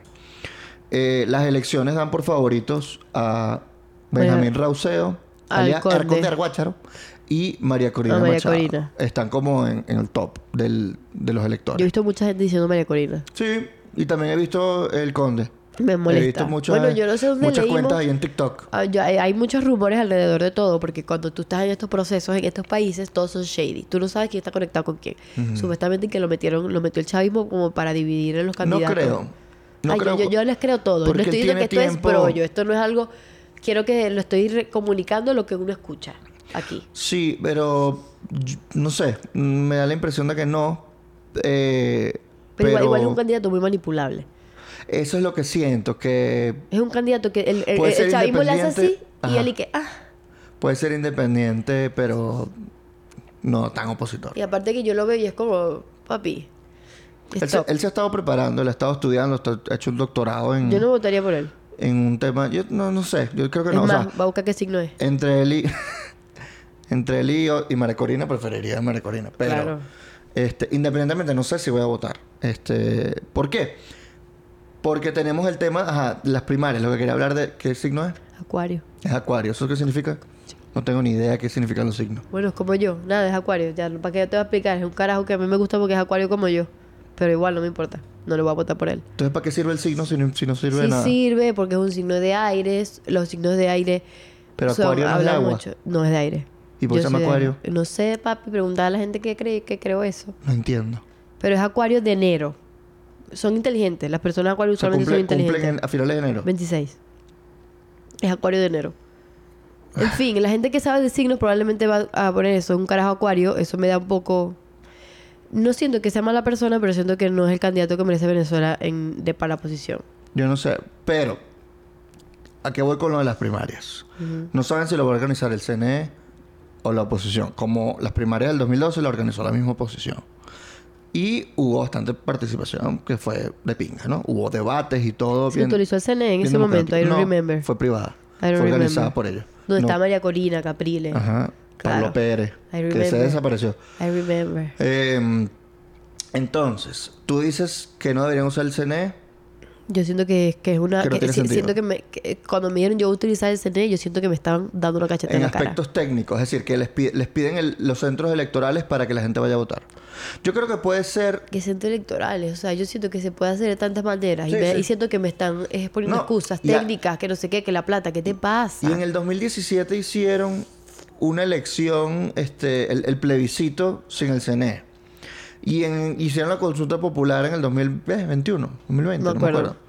Eh, las elecciones dan por favoritos a Benjamín Bueno, Rauseo, al alias Conde. El Conde Arguácharo, y María Corina A María Machado. Corina. Están como en, en el top del, de los electores. Yo he visto mucha gente diciendo María Corina. Sí, y también he visto El Conde. Me He molesta. visto muchas, Bueno, yo no sé dónde muchas leímos... cuentas ahí en TikTok. Ah, yo- hay, hay muchos rumores alrededor de todo, porque cuando tú estás en estos procesos, en estos países, todos son shady. Tú no sabes quién está conectado con quién. Ujú. Supuestamente que lo metieron, lo metió el chavismo como para dividir en los No candidatos. creo. No Ay, yo- creo. yo, yo les creo todo. No porque estoy él diciendo que tiene esto es tiempo- brollo. Esto no es algo... Quiero que lo estoy re- comunicando lo que uno escucha aquí. Sí, pero yo- no sé. Me da la impresión de que no. Eh, Pero, pero igual, igual es un candidato muy manipulable. eso es lo que siento, que Es un candidato que el, el, Puede el ser chavismo le hace así independiente. y Ajá. él y que... Ah. puede ser independiente, pero no tan opositor. Y aparte que yo lo veo y es como... Papi. Él se, stop. él se ha estado preparando, él ha estado estudiando, está- ha hecho un doctorado en, Yo no votaría por él. en un tema. Yo no, no sé, yo creo que Es no. O más, sea, va a buscar qué signo es. entre él y. entre él y, y María Corina preferiría a María Corina. Pero, Claro. este, independientemente, no sé si voy a votar. Este, ¿por qué? Porque tenemos el tema, ajá, las primarias. Lo que quería hablar de. ¿Qué signo es? Acuario. Es Acuario. ¿Eso qué significa? No tengo ni idea qué significan los signos. Bueno, es como yo. Nada, es Acuario. Ya, ¿para qué yo te voy a explicar? Es un carajo que a mí me gusta porque es Acuario como yo. Pero igual no me importa. No le voy a votar por él. Entonces, ¿para qué sirve el signo si no, si no sirve de Sí nada? sirve porque es un signo de aires. Los signos de aire... Pero son- Acuario no es de hablan agua. mucho. No, es de aire. ¿Y por qué Yo se llama soy de Acuario? aire. No sé, papi. Preguntar a la gente que cree que creó eso. No entiendo. Pero es Acuario de enero. Son inteligentes. Las personas de Acuario O sea, usualmente cumple- son inteligentes. cumplen en- a finales de enero. veintiséis. Es Acuario de enero. En fin, la gente que sabe de signos probablemente va a poner eso, un carajo Acuario. Eso me da un poco... No siento que sea mala persona, pero siento que no es el candidato que merece Venezuela en, de, para la posición. Yo no sé. Pero, ¿a qué voy con lo de las primarias? Ujú. No saben si lo va a organizar el C N E o la oposición. Como las primarias del dos mil doce la organizó la misma oposición. Y hubo bastante participación, que fue de pinga, ¿no? Hubo debates y todo. Se autorizó el C N E en ese momento, I don't no, remember. fue privada. I don't fue organizada remember. por ellos. Donde No. está María Corina, Capriles. Ajá. Claro. Pablo Pérez, I que remember. se desapareció. I remember. Eh, entonces, tú dices que no deberían usar el C N E. Yo siento que, que es una... Que no que tiene si- sentido. siento que, me, que cuando me dieron yo a utilizar el C N E, yo siento que me estaban dando una cacheta En en la cara. aspectos técnicos, es decir, que les, pi- les piden el- los centros electorales para que la gente vaya a votar. Yo creo que puede ser... Que centros electorales. O sea, yo siento que se puede hacer de tantas maneras. Sí, y, me- sí. y siento que me están eh, poniendo No, excusas y a- técnicas, que no sé qué, que la plata. ¿Qué te pasa? Y en el dos mil diecisiete hicieron una elección, este, el, el plebiscito sin el C N E. Y en- hicieron la consulta popular en el dos mil veintiuno, dos mil veinte, No no me acuerdo. acuerdo.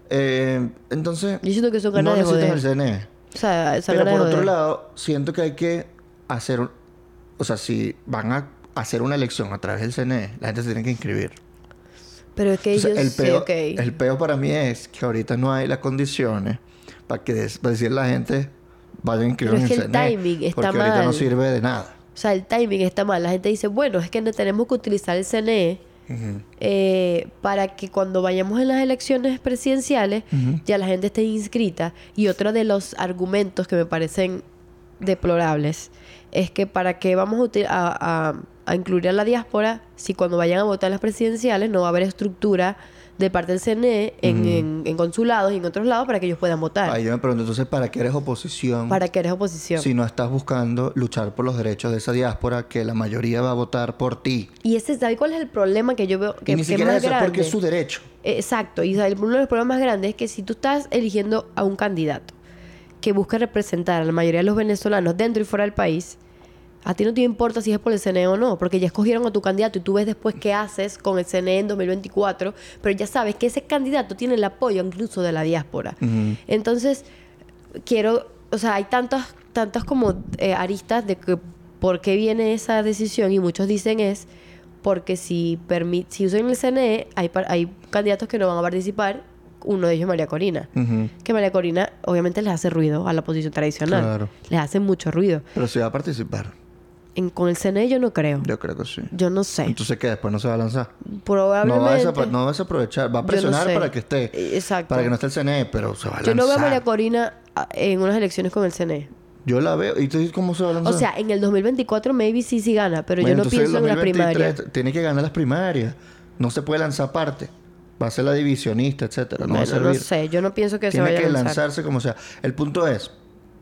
Eh, entonces, Yo siento que son no ganas de necesitan joder. el C N E. O sea, esa Pero ganas por de otro joder. lado, siento que hay que hacer... un- O sea, si van a hacer una elección a través del C N E, la gente se tiene que inscribir. Pero es que Entonces, ellos... el sí, peo, ok. el peo para mí es que ahorita no hay las condiciones para que des- para decirle a la gente vayan a inscribirse Pero es en que el el C N E. timing está porque ahorita no mal. sirve de nada. O sea, el timing está mal. La gente dice, bueno, es que no tenemos que utilizar el C N E Ujú. eh, para que cuando vayamos en las elecciones presidenciales Ujú. ya la gente esté inscrita. Y otro de los argumentos que me parecen deplorables es que para qué vamos a, uti- a, a- a incluir a la diáspora si cuando vayan a votar las presidenciales no va a haber estructura de parte del C N E en, en- en consulados y en otros lados para que ellos puedan votar. Ahí yo me pregunto, entonces, ¿para qué eres oposición Para que eres oposición. si no estás buscando luchar por los derechos de esa diáspora que la mayoría va a votar por ti? Y ese, ¿sabes cuál es el problema que yo veo? Que, y ni que siquiera es eso más es grande. porque es su derecho. Eh, Exacto. Y ¿sabes? Uno de los problemas más grandes es que si tú estás eligiendo a un candidato que busca representar a la mayoría de los venezolanos dentro y fuera del país, a ti no te importa si es por el C N E o no, porque ya escogieron a tu candidato y tú ves después qué haces con el C N E en dos mil veinticuatro, pero ya sabes que ese candidato tiene el apoyo incluso de la diáspora. Ujú. Entonces, quiero, o sea, hay tantas, tantas como eh, aristas de que por qué viene esa decisión y muchos dicen es porque si permi- si usan el C N E, hay, par- hay candidatos que no van a participar, uno de ellos es María Corina. Ujú. Que María Corina obviamente les hace ruido a la oposición tradicional. Claro. Les hace mucho ruido. Pero si va a participar. En, con el C N E yo no creo. Yo creo que sí. Yo no sé. Entonces, ¿qué? Después no se va a lanzar. Probablemente. No va, a desapa- no va a desaprovechar. Va a Yo no presionar sé. para que esté. Eh, Exacto. Para que no esté el C N E, pero se va a lanzar. Yo no veo a María Corina ah, en unas elecciones con el C N E. Yo la veo. ¿Y tú dices cómo se va a lanzar? O sea, en el dos mil veinticuatro maybe sí sí gana, pero Bueno, yo no entonces pienso el en la dos mil veintitrés primaria. Tiene que ganar las primarias. No se puede lanzar aparte. Va a ser la divisionista, etcétera. No va a Bueno, servir. no sé, yo no pienso que se Tiene vaya que a lanzar. lanzarse como sea. El punto es,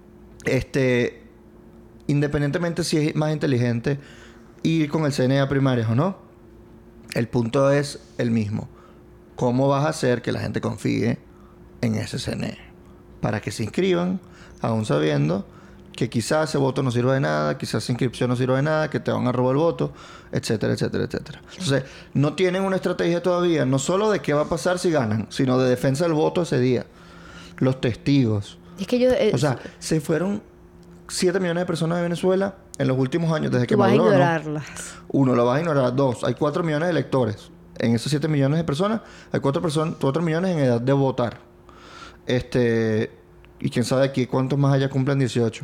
este, independientemente si es más inteligente ir con el C N E a primarias o no, el punto es el mismo. ¿Cómo vas a hacer que la gente confíe en ese C N E? Para que se inscriban, aún sabiendo que quizás ese voto no sirva de nada, quizás esa inscripción no sirva de nada, que te van a robar el voto, etcétera, etcétera, etcétera. Entonces, no tienen una estrategia todavía, no solo de qué va a pasar si ganan, sino de defensa del voto ese día. Los testigos. Es que yo... eh, O sea, se fueron siete millones de personas de Venezuela en los últimos años desde que tú vas a Maduro ganó. ignorarlas. Uno, lo vas a ignorar. Dos, hay cuatro millones de electores. En esos siete millones de personas, hay cuatro personas, cuatro millones en edad de votar. Este... Y quién sabe aquí cuántos más allá cumplen dieciocho.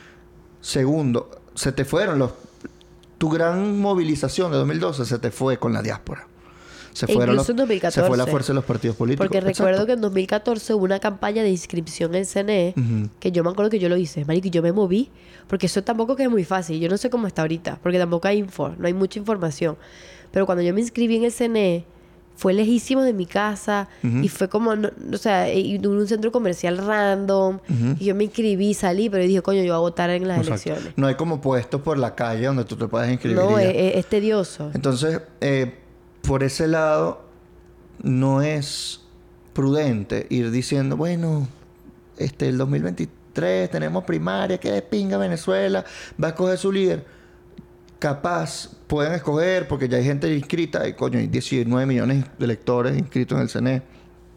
Segundo, se te fueron los... Tu gran movilización de dos mil doce se te fue con la diáspora. Se E fueron incluso los, en dos mil catorce. Se fue la fuerza de los partidos políticos. Porque Exacto. recuerdo que en dos mil catorce hubo una campaña de inscripción en C N E, Ujú. que yo me acuerdo que yo lo hice, marico, y yo me moví, porque eso tampoco que es muy fácil. Yo no sé cómo está ahorita, porque tampoco hay info, no hay mucha información. Pero cuando yo me inscribí en el C N E, fue lejísimo de mi casa Ujú. y fue como, no- o sea, en un centro comercial random. Ujú. Y yo me inscribí, salí, pero dije, coño, yo voy a votar en las Exacto. elecciones. No hay como puestos por la calle donde tú te puedes inscribir. No, y ya. es, es- es tedioso. Entonces, eh, por ese lado, no es prudente ir diciendo, bueno, este, el dos mil veintitrés tenemos primaria, que de pinga Venezuela, va a escoger su líder. Capaz pueden escoger, porque ya hay gente inscrita, y coño, hay diecinueve millones de electores inscritos en el C N E.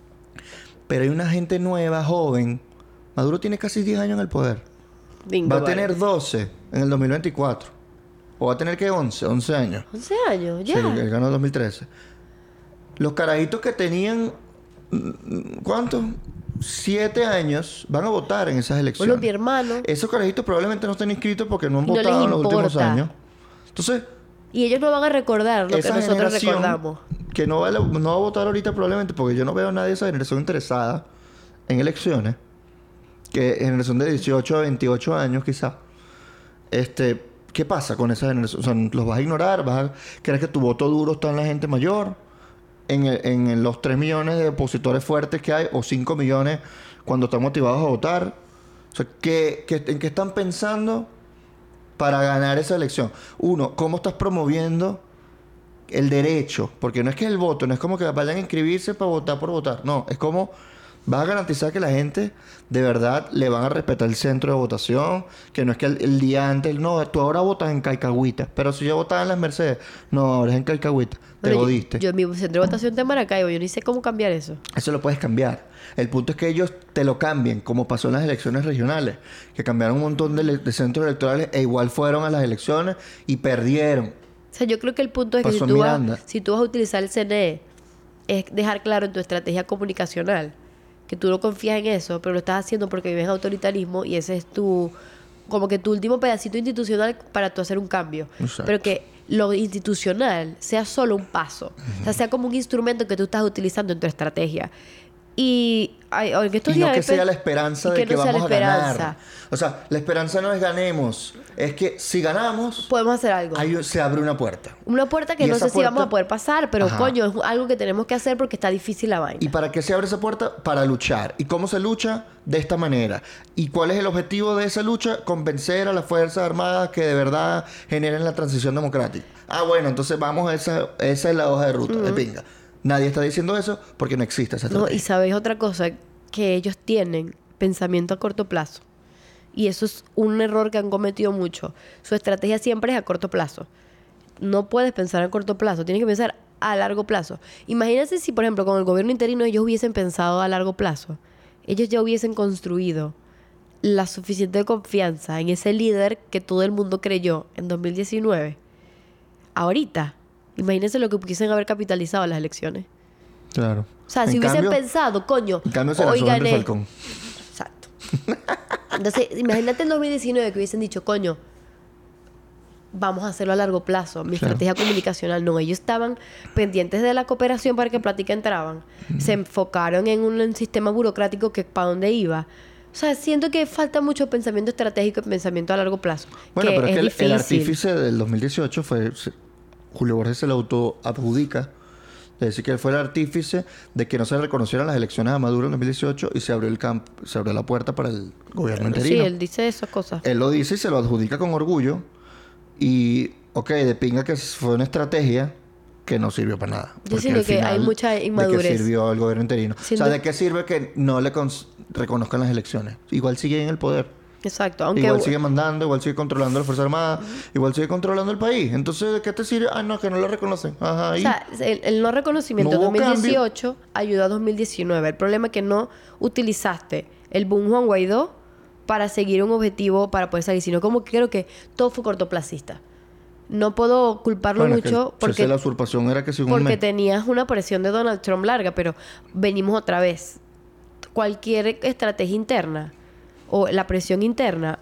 Pero hay una gente nueva, joven. Maduro tiene casi diez años en el poder. Bingo, Va a vale. tener doce en el dos mil veinticuatro. O va a tener que once, once años. once años, ya. Sí, él ganó en dos mil trece. Los carajitos que tenían... mm, ¿Cuántos? Siete años van a votar en esas elecciones. Bueno, mi hermano... Esos carajitos probablemente no estén inscritos porque no han Y no les votado en los últimos importa. años. Entonces, Y ellos no van a recordar lo esa que nosotros generación recordamos. que no va, a, no va a votar ahorita probablemente, porque yo no veo a nadie de esa generación interesada en elecciones, que generación de dieciocho a veintiocho años quizás. Este, ¿qué pasa con esa generación? O sea, ¿los vas a ignorar? ¿Vas a creer que tu voto duro está en la gente mayor? En, el- en los tres millones de opositores fuertes que hay, o cinco millones cuando están motivados a votar. O sea, ¿qué, qué- en qué están pensando para ganar esa elección? Uno, ¿cómo estás promoviendo el derecho? Porque no es que el voto, no es como que vayan a inscribirse para votar por votar. No, es como vas a garantizar que la gente de verdad le van a respetar el centro de votación, que no es que el, el día antes, no, tú ahora votas en Caicahuita, pero si yo votaba en las Mercedes, no, ahora es en Caicahuita, te Bueno, yo, jodiste. yo en mi centro de votación está en Maracaibo. Yo ni sé cómo cambiar eso. Eso lo puedes cambiar. El punto es que ellos te lo cambien, como pasó en las elecciones regionales, que cambiaron un montón de, le- de centros electorales e igual fueron a las elecciones y perdieron. O sea, yo creo que el punto es que si Pasó en tú, vas, Miranda. si tú vas a utilizar el C N E, es dejar claro en tu estrategia comunicacional que tú no confías en eso, pero lo estás haciendo porque vives en autoritarismo y ese es tu, como que tu último pedacito institucional para tú hacer un cambio. Exacto. Pero que lo institucional sea solo un paso. O sea, sea como un instrumento que tú estás utilizando en tu estrategia. Y ay, en estos Y no días que he pen- sea la esperanza y de que no sea la vamos a esperanza. ganar. O sea, la esperanza no es ganemos, es que si ganamos, Podemos hacer algo. ahí se abre una puerta. Una puerta que Y no esa sé si vamos puerta- a poder pasar, pero Ajá. coño, es algo que tenemos que hacer porque está difícil la vaina. ¿Y para qué se abre esa puerta? Para luchar. ¿Y cómo se lucha? De esta manera. ¿Y cuál es el objetivo de esa lucha? Convencer a las Fuerzas Armadas que de verdad generen la transición democrática. Ah, bueno, entonces vamos a esa, esa es la hoja de ruta, de pinga. Nadie está diciendo eso porque no existe esa No, estrategia. y sabéis otra cosa, que ellos tienen pensamiento a corto plazo. Y eso es un error que han cometido mucho. Su estrategia siempre es a corto plazo. No puedes pensar a corto plazo, tienes que pensar a largo plazo. Imagínense si, por ejemplo, con el gobierno interino ellos hubiesen pensado a largo plazo. Ellos ya hubiesen construido la suficiente confianza en ese líder que todo el mundo creyó en dos mil diecinueve. Ahorita, imagínense lo que pudiesen haber capitalizado las elecciones. Claro. O sea, En si hubiesen cambio- pensado, coño, En cambio se hoy lanzó Henry gané. Falcón. Exacto. Entonces, imagínate el dos mil diecinueve que hubiesen dicho, coño, vamos a hacerlo a largo plazo. Mi Claro. estrategia comunicacional. No, ellos estaban pendientes de la cooperación para que Plática entraban. Se enfocaron en un, un sistema burocrático que para dónde iba. O sea, siento que falta mucho pensamiento estratégico y pensamiento a largo plazo. Bueno, que pero es, es que el, difícil. el artífice del dos mil dieciocho fue... se- Julio Borges se lo autoadjudica. Es decir, que él fue el artífice de que no se reconocieran las elecciones a Maduro en dos mil dieciocho y se abrió el camp se abrió la puerta para el gobierno Sí, interino. él dice esas cosas. Él lo dice y se lo adjudica con orgullo. Y, ok, de pinga que fue una estrategia que no sirvió para nada. Yo Porque siento al que hay final, mucha ¿de inmadurez. qué sirvió el gobierno interino? Siento- O sea, ¿de qué sirve que no le cons- reconozcan las elecciones? Igual sigue en el poder. Exacto. Aunque Igual sigue mandando, igual sigue controlando a las Fuerzas Armadas, igual sigue controlando el país. Entonces, ¿de qué te sirve? Ah, no, que no lo reconocen. Ajá, O ahí. sea, el, el no reconocimiento No de hubo dos mil dieciocho ayudó a dos mil diecinueve. El problema es que no utilizaste el boom Juan Guaidó para seguir un objetivo para poder salir, sino como que creo que todo fue cortoplacista. No puedo culparlo Bueno, es que mucho el cese porque, de la usurpación era que si un porque mes. tenías una presión de Donald Trump larga, pero venimos otra vez. Cualquier estrategia interna o la presión interna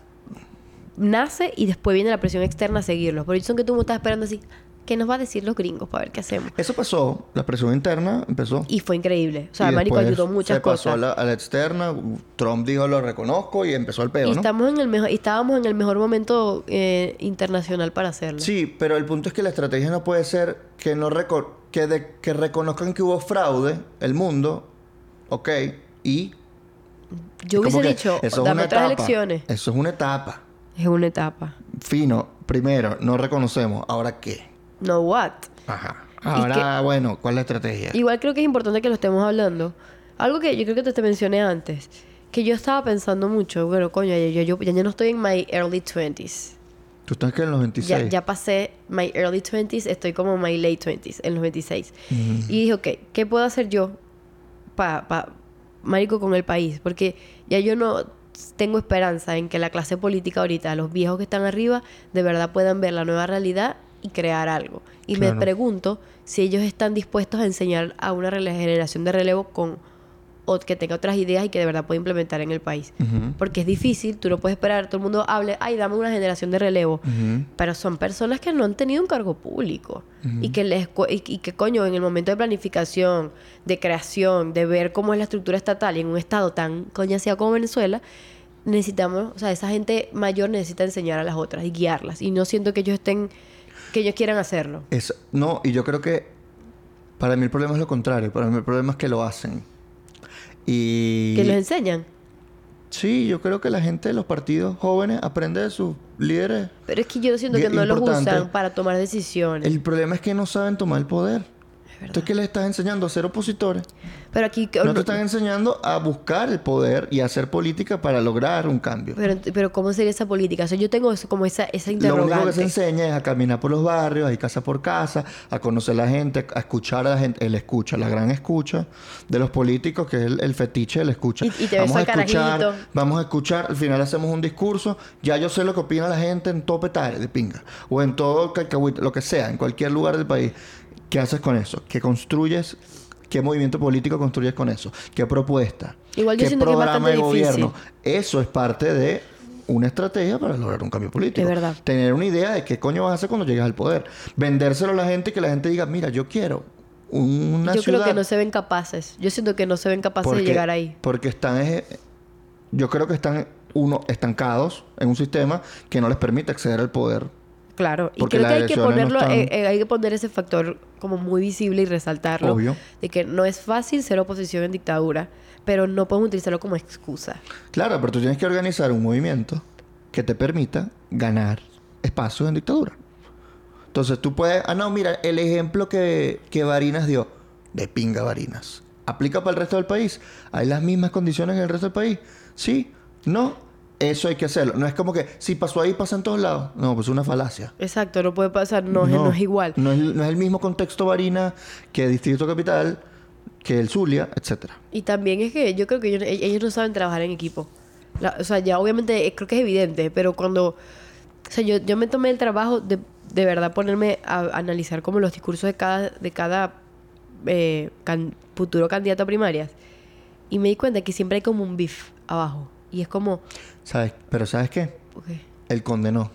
nace y después viene la presión externa a seguirlos. Por eso que tú me estás esperando así, ¿qué nos va a decir los gringos para ver qué hacemos? Eso pasó, la presión interna empezó. Y fue increíble. O sea, Y Marico después ayudó muchas se pasó cosas. a la, a la externa, Trump dijo lo reconozco y empezó el peo, y ¿no? estamos en el mejor, y estábamos en el mejor momento eh, internacional para hacerlo. Sí, pero el punto es que la estrategia no puede ser que no reco- que, de- que reconozcan que hubo fraude, el mundo, ok, y Yo como hubiese que dicho, eso es dame una otras etapa. elecciones. Eso es una etapa. Es una etapa. Fino, primero, no reconocemos, ¿ahora qué? No what. Ajá. Ahora, bueno, ¿cuál es la estrategia? Igual creo que es importante que lo estemos hablando. Algo que yo creo que te, te mencioné antes. Que yo estaba pensando mucho. Bueno, coño, ya, yo, yo, ya yo no estoy en my early twenties. Tú estás que en los veintiséis. Ya, ya pasé my early twenties, estoy como my late twenties, en los veintiséis. Ujú. Y dije, ok, ¿qué puedo hacer yo para, pa, marico, con el país? Porque ya yo no tengo esperanza en que la clase política ahorita, los viejos que están arriba, de verdad puedan ver la nueva realidad y crear algo. Y Claro. me pregunto si ellos están dispuestos a enseñar a una rele- generación de relevo con o que tenga otras ideas y que de verdad pueda implementar en el país. Ujú. Porque es difícil, tú no puedes esperar, todo el mundo hable, ay, dame una generación de relevo. Ujú. Pero son personas que no han tenido un cargo público. Ujú. Y que les cu- y, y que coño, en el momento de planificación, de creación, de ver cómo es la estructura estatal y en un estado tan coñaseado como Venezuela, necesitamos, o sea, esa gente mayor necesita enseñar a las otras y guiarlas. Y no siento que ellos estén, que ellos quieran hacerlo. Es, no, y yo creo que para mí el problema es lo contrario. Para mí el problema es que lo hacen. Y... Que los enseñan. Sí, yo creo que la gente de los partidos jóvenes aprende de sus líderes. Pero es que yo siento que Bien no los importante. usan para tomar decisiones. El problema es que no saben tomar el poder. Entonces, ¿qué les estás enseñando? A ser opositores. Pero aquí... No te están enseñando a buscar el poder y a hacer política para lograr un cambio. Pero, pero ¿cómo sería esa política? O sea, yo tengo eso, como esa, esa Lo interrogante. único que se enseña es a caminar por los barrios, a ir casa por casa, a conocer a la gente, a escuchar a la gente. El escucha, la gran escucha de los políticos, que es el, el fetiche de la escucha. Y- y te ves vamos a al escuchar, carajito. vamos a escuchar, al final hacemos un discurso. Ya yo sé lo que opina la gente en todo Petare de pinga. O en todo Cacahuite, lo que sea, en cualquier lugar del país. ¿Qué haces con eso? ¿Qué construyes? ¿Qué movimiento político construyes con eso? ¿Qué propuesta? Igual yo ¿Qué siento que es programa de bastante difícil. gobierno? Eso es parte de una estrategia para lograr un cambio político. Es verdad. Tener una idea de qué coño vas a hacer cuando llegas al poder. Vendérselo a la gente y que la gente diga, mira, yo quiero una Yo ciudad. creo que no se ven capaces. Yo siento que no se ven capaces porque, de llegar ahí. Porque están... eh, yo creo que están, uno, estancados en un sistema que no les permite acceder al poder. Claro. Y Porque creo que las hay que elecciones no ponerlo, están- eh, eh, hay que poner ese factor como muy visible y resaltarlo. Obvio. De que no es fácil ser oposición en dictadura, pero no podemos utilizarlo como excusa. Claro, pero tú tienes que organizar un movimiento que te permita ganar espacios en dictadura. Entonces tú puedes... Ah, no, mira, el ejemplo que, que Barinas dio. De pinga Barinas. ¿Aplica para el resto del país? ¿Hay las mismas condiciones en el resto del país? ¿Sí? ¿No? Eso hay que hacerlo. No es como que si pasó ahí, pasa en todos lados. No, pues es una falacia. Exacto, no puede pasar, no, es- no es igual. No es, no es el mismo contexto Barinas que Distrito Capital, que el Zulia, etcétera. Y también es que yo creo que ellos, e- ellos no saben trabajar en equipo. La- o sea, ya obviamente eh, creo que es evidente, pero cuando... O sea, yo, yo me tomé el trabajo de, de verdad ponerme a, a analizar como los discursos de cada, de cada eh, can- futuro candidato a primarias. Y me di cuenta que siempre hay como un beef abajo. Y es como... ¿Sabes? Pero ¿sabes qué? ok, El conde no.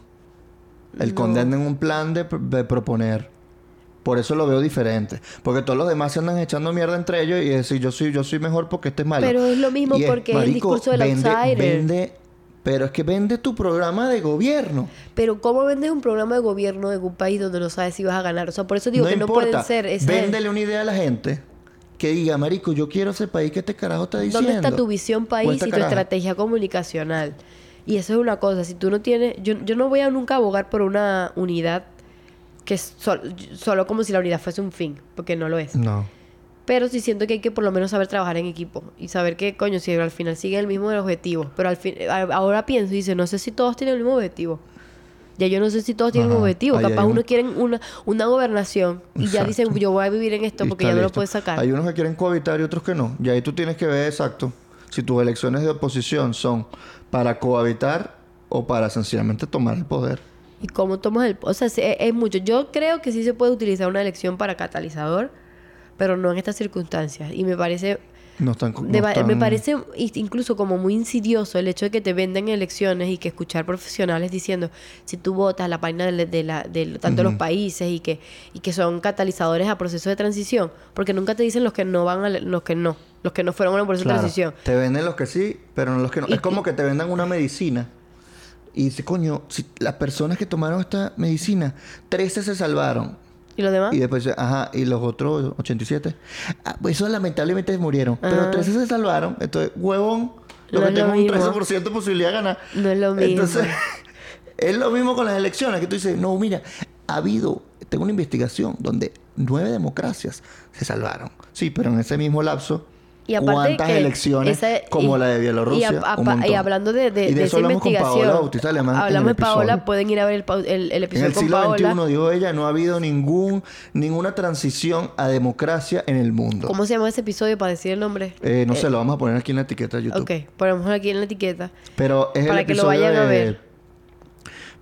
El No. conde anda en un plan de, pr- de proponer. Por eso lo veo diferente. Porque todos los demás se andan echando mierda entre ellos y decir yo soy, yo soy mejor porque este es malo. Pero es lo mismo Y porque es el discurso del vende, outsider. vende- pero es que vende tu programa de gobierno. Pero ¿cómo vendes un programa de gobierno en un país donde no sabes si vas a ganar? O sea, por eso digo que no pueden ser... ese- Véndele una idea a la gente que diga, marico, yo quiero ese país que este carajo está diciendo. ¿Dónde está tu visión O país esta y tu caraja. estrategia comunicacional? Y eso es una cosa. Si tú no tienes... Yo, yo no voy a nunca abogar por una unidad que es sol- solo como si la unidad fuese un fin. Porque no lo es. No. Pero sí siento que hay que por lo menos saber trabajar en equipo. Y saber que, coño, si al final siguen el mismo objetivo. Pero al fin... a- Ahora pienso y dice, no sé si todos tienen el mismo objetivo. Ya yo no sé si todos tienen el mismo Ajá. objetivo. Ahí Capaz hay un- unos quieren una, una gobernación y ya Exacto. dicen, yo voy a vivir en esto Y porque está ya no lo listo. puedes sacar. Hay unos que quieren cohabitar y otros que no. Y ahí tú tienes que ver exacto si tus elecciones de oposición son para cohabitar o para sencillamente tomar el poder. ¿Y cómo tomas el...? O sea, sí, es, es mucho. Yo creo que sí se puede utilizar una elección para catalizador, pero no en estas circunstancias. Y me parece... No están... no de va- están- Me parece i- incluso como muy insidioso el hecho de que te venden elecciones y que escuchar profesionales diciendo si tú votas la página de, de la, de tanto Ujú. los países y que, y que son catalizadores a procesos de transición, porque nunca te dicen los que no van a... los que no, los que no fueron a un proceso Claro. de transición. Te venden los que sí, pero no los que no. Y- es como que te vendan una medicina. Y dice, coño, si las personas que tomaron esta medicina, trece se salvaron. ¿Y los demás? Y después, ajá, y los otros ochenta y siete. Ah, pues esos lamentablemente murieron. Pero Ajá. trece se salvaron. Entonces, huevón, lo No que es lo tengo un mismo. trece por ciento de posibilidad de ganar. No es lo mismo. Entonces, es lo mismo con las elecciones. Que tú dices, no, mira, ha habido, tengo una investigación donde nueve democracias se salvaron. Sí, pero en ese mismo lapso, Y aparte ¿cuántas que elecciones esa- como y- la de Bielorrusia? Y, a- a- Un pa- montón. y hablando de, de, Y de de eso esa hablamos con investigación, Paola Bautista Alemán en hablamos el de Paola, episodio. pueden ir a ver el, pa- el, el En episodio el con siglo Paola. veintiuno, dijo ella, no ha habido ningún, ninguna transición a democracia en el mundo. ¿Cómo se llama ese episodio para decir el nombre? Eh, no sé, lo vamos a poner aquí en la etiqueta de YouTube. Ok, ponemos aquí en la etiqueta. Pero es Para el que lo episodio vayan a de ver.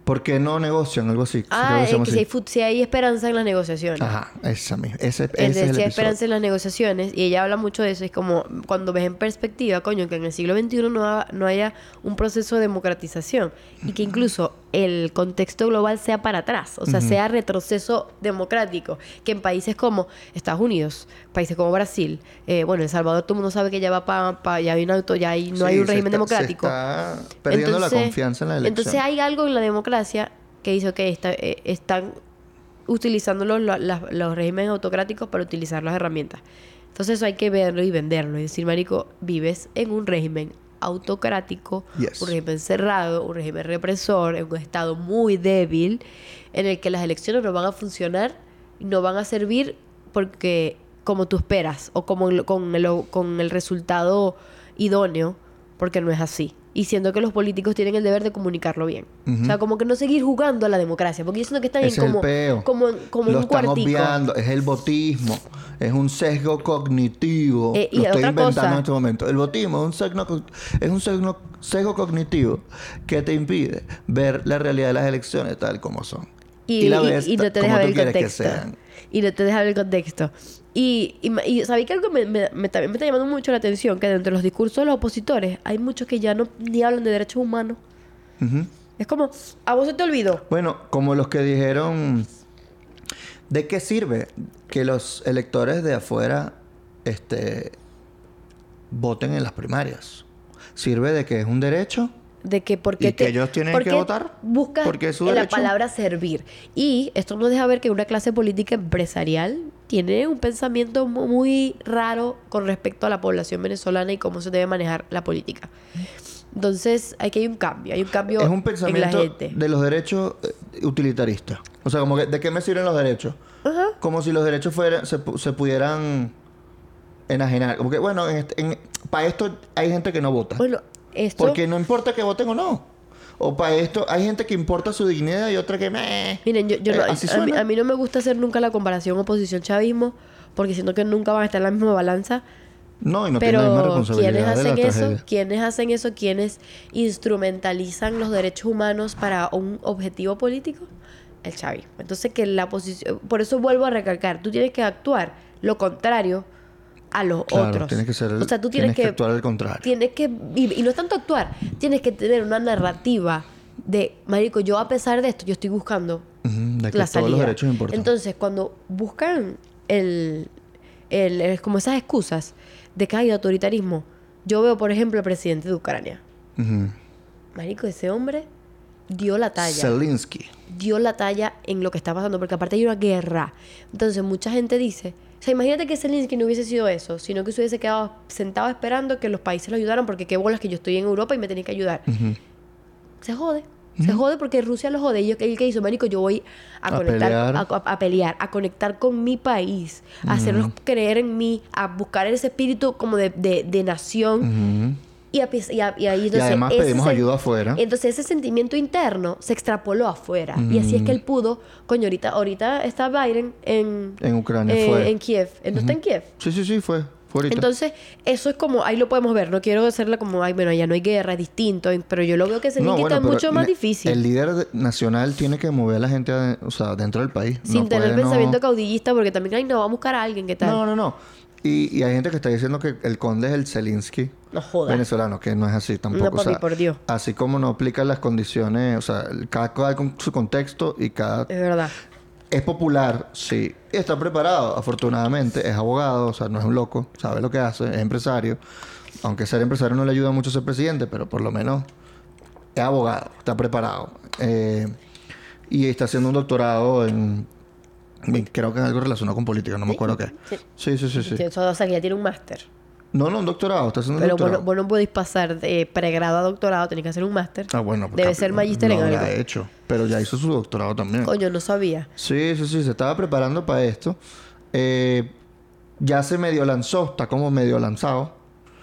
¿Por qué no negocian? Algo así. Ah, Creo es que que se llama si hay, así. fu- si hay esperanza en las negociaciones. Ajá, esa misma. Ese, ese es Entonces, el si hay episodio. esperanza en las negociaciones, y ella habla mucho de eso, es como cuando ves en perspectiva, coño, que en el siglo veintiuno no, ha- no haya un proceso de democratización y que incluso el contexto global sea para atrás, o sea, Ujú. sea retroceso democrático, que en países como Estados Unidos, países como Brasil, eh, bueno, El Salvador, todo el mundo sabe que ya va para, pa, ya hay un auto, ya hay, no Sí, hay un se régimen está- se democrático. está perdiendo la Entonces- confianza en la elección. Entonces hay algo en la democracia que dice, ok, está, eh, están utilizando los, la- las- los regímenes autocráticos para utilizar las herramientas. Entonces eso hay que verlo y venderlo. Y decir, marico, vives en un régimen autocrático, Yes. un régimen cerrado, un régimen represor, en un estado muy débil, en el que las elecciones no van a funcionar, no van a servir porque como tú esperas o como el- con el, con el resultado idóneo, porque no es así. Y siento que los políticos tienen el deber de comunicarlo bien. Ujú. O sea, como que no seguir jugando a la democracia, porque yo siento que están Ese en es el como, peo. como, como en Lo un están cuartico. obviando. Es el botismo. Es un sesgo cognitivo. Eh, y Lo estoy otra inventando cosa. en este momento. El botismo es un sesgo, co- es un sesgo, sesgo cognitivo que te impide ver la realidad de las elecciones tal como son. Y, la y- ves y no te como deja ver tú el quieres que contexto. sean. Y no te deja ver el contexto. Y, y, ma- y ¿sabéis que algo me, me- me- también me está llamando mucho la atención? Que dentro de los discursos de los opositores hay muchos que ya no ni hablan de derechos humanos. Ujú. Es como, a vos se te olvidó. Bueno, como los que dijeron, ¿de qué sirve que los electores de afuera este, voten en las primarias? ¿Sirve de que es un derecho? De que porque ¿Y que ellos tienen que votar? Buscas Porque es su en la derecho. palabra servir. Y esto nos deja ver que una clase política empresarial tiene un pensamiento mu- muy raro con respecto a la población venezolana y cómo se debe manejar la política. Entonces, aquí hay un cambio. Hay un cambio Es un en la pensamiento gente. de los derechos eh, utilitaristas. O sea, como que, ¿de qué me sirven los derechos? Ajá. Como si los derechos fueran, se, pu- se pudieran enajenar. Como que, bueno, en este- en- para esto hay gente que no vota. Bueno, esto... Porque no importa que voten o no. O para esto hay gente que importa su dignidad y otra que me... Miren, yo, yo Eh, no- así a, mí, suena. a mí no me gusta hacer nunca la comparación oposición-chavismo porque siento que nunca van a estar en la misma balanza. No, y no tiene la misma Pero responsabilidad ¿quiénes de hacen la eso? tragedia. ¿Quiénes hacen eso? ¿Quiénes instrumentalizan los derechos humanos para un objetivo político? El chavismo. Entonces que la posición... Por eso vuelvo a recalcar. Tú tienes que actuar lo contrario a los Claro, otros. tienes que ser el- o sea, tú tienes tienes, que que... actuar al contrario. Tienes que... Y, y no es tanto actuar. Tienes que tener una narrativa de... Marico, yo a pesar de esto, yo estoy buscando Ujú, de que la todos salida. los derechos importan. Entonces, cuando buscan el, el, el- como esas excusas de que hay autoritarismo, yo veo, por ejemplo, al presidente de Ucrania. Ujú. Marico, ese hombre dio la talla. Zelensky. Dio la talla en lo que está pasando, porque aparte hay una guerra. Entonces, mucha gente dice... O sea, imagínate que Zelensky no hubiese sido eso, sino que se hubiese quedado sentado esperando que los países lo ayudaran, porque qué bolas que yo estoy en Europa y me tenéis que ayudar. Ujú. Se jode. Se jode porque Rusia lo jode. Y él que hizo, marico, yo voy a, A conectar, pelear. a, a- a pelear, a conectar con mi país, a hacerlos creer en mí, a buscar ese espíritu como de, de, de nación. Ujú. Y, a, y, a- y ahí Y entonces... además ese pedimos sen- ayuda afuera. Entonces ese sentimiento interno se extrapoló afuera. Y así es que él pudo... Coño, ahorita, ahorita está Biden en... En Ucrania eh, fue. En Kiev. ¿No está en Kiev? Sí, sí, sí, fue. Fue ahorita. Entonces, eso es como... Ahí lo podemos ver. No quiero hacerla como... Ay, bueno, ya no hay guerra, es distinto. Pero yo lo veo que ese link está pero mucho más ne- difícil. El líder de- nacional tiene que mover a la gente, ade- o sea, dentro del país. Sin No tener puede, pensamiento no... caudillista, porque también, ay, no, vamos a buscar a alguien, ¿qué tal? No, no, no. Y, y hay gente que está diciendo que el conde es el Zelensky No jodas. venezolano, que no es así tampoco. No, o papi, sea, por Dios. así como no aplican las condiciones, o sea, el- cada cual con su contexto y cada... Es verdad. Es popular, sí. Y está preparado, afortunadamente. Es abogado, o sea, no es un loco. Sabe lo que hace, es empresario. Aunque ser empresario no le ayuda mucho a ser presidente, pero por lo menos es abogado, está preparado. Eh, y está haciendo un doctorado en... en- Creo que en algo relacionado con política, no me acuerdo qué. Sí. Sí, sí, sí, sí. Sí, eso, o sea, que ya tiene un máster. No, no, un doctorado, está haciendo un Pero vos doctorado. no, vos no podéis pasar de pregrado a doctorado, tenés que hacer un máster. Ah, bueno, Debe capi- ser magíster lo en habrá algo. hecho, pero ya hizo su doctorado también. Coño, no sabía. Sí, sí, sí, se estaba preparando para esto. Eh, ya se medio lanzó, está como medio lanzado.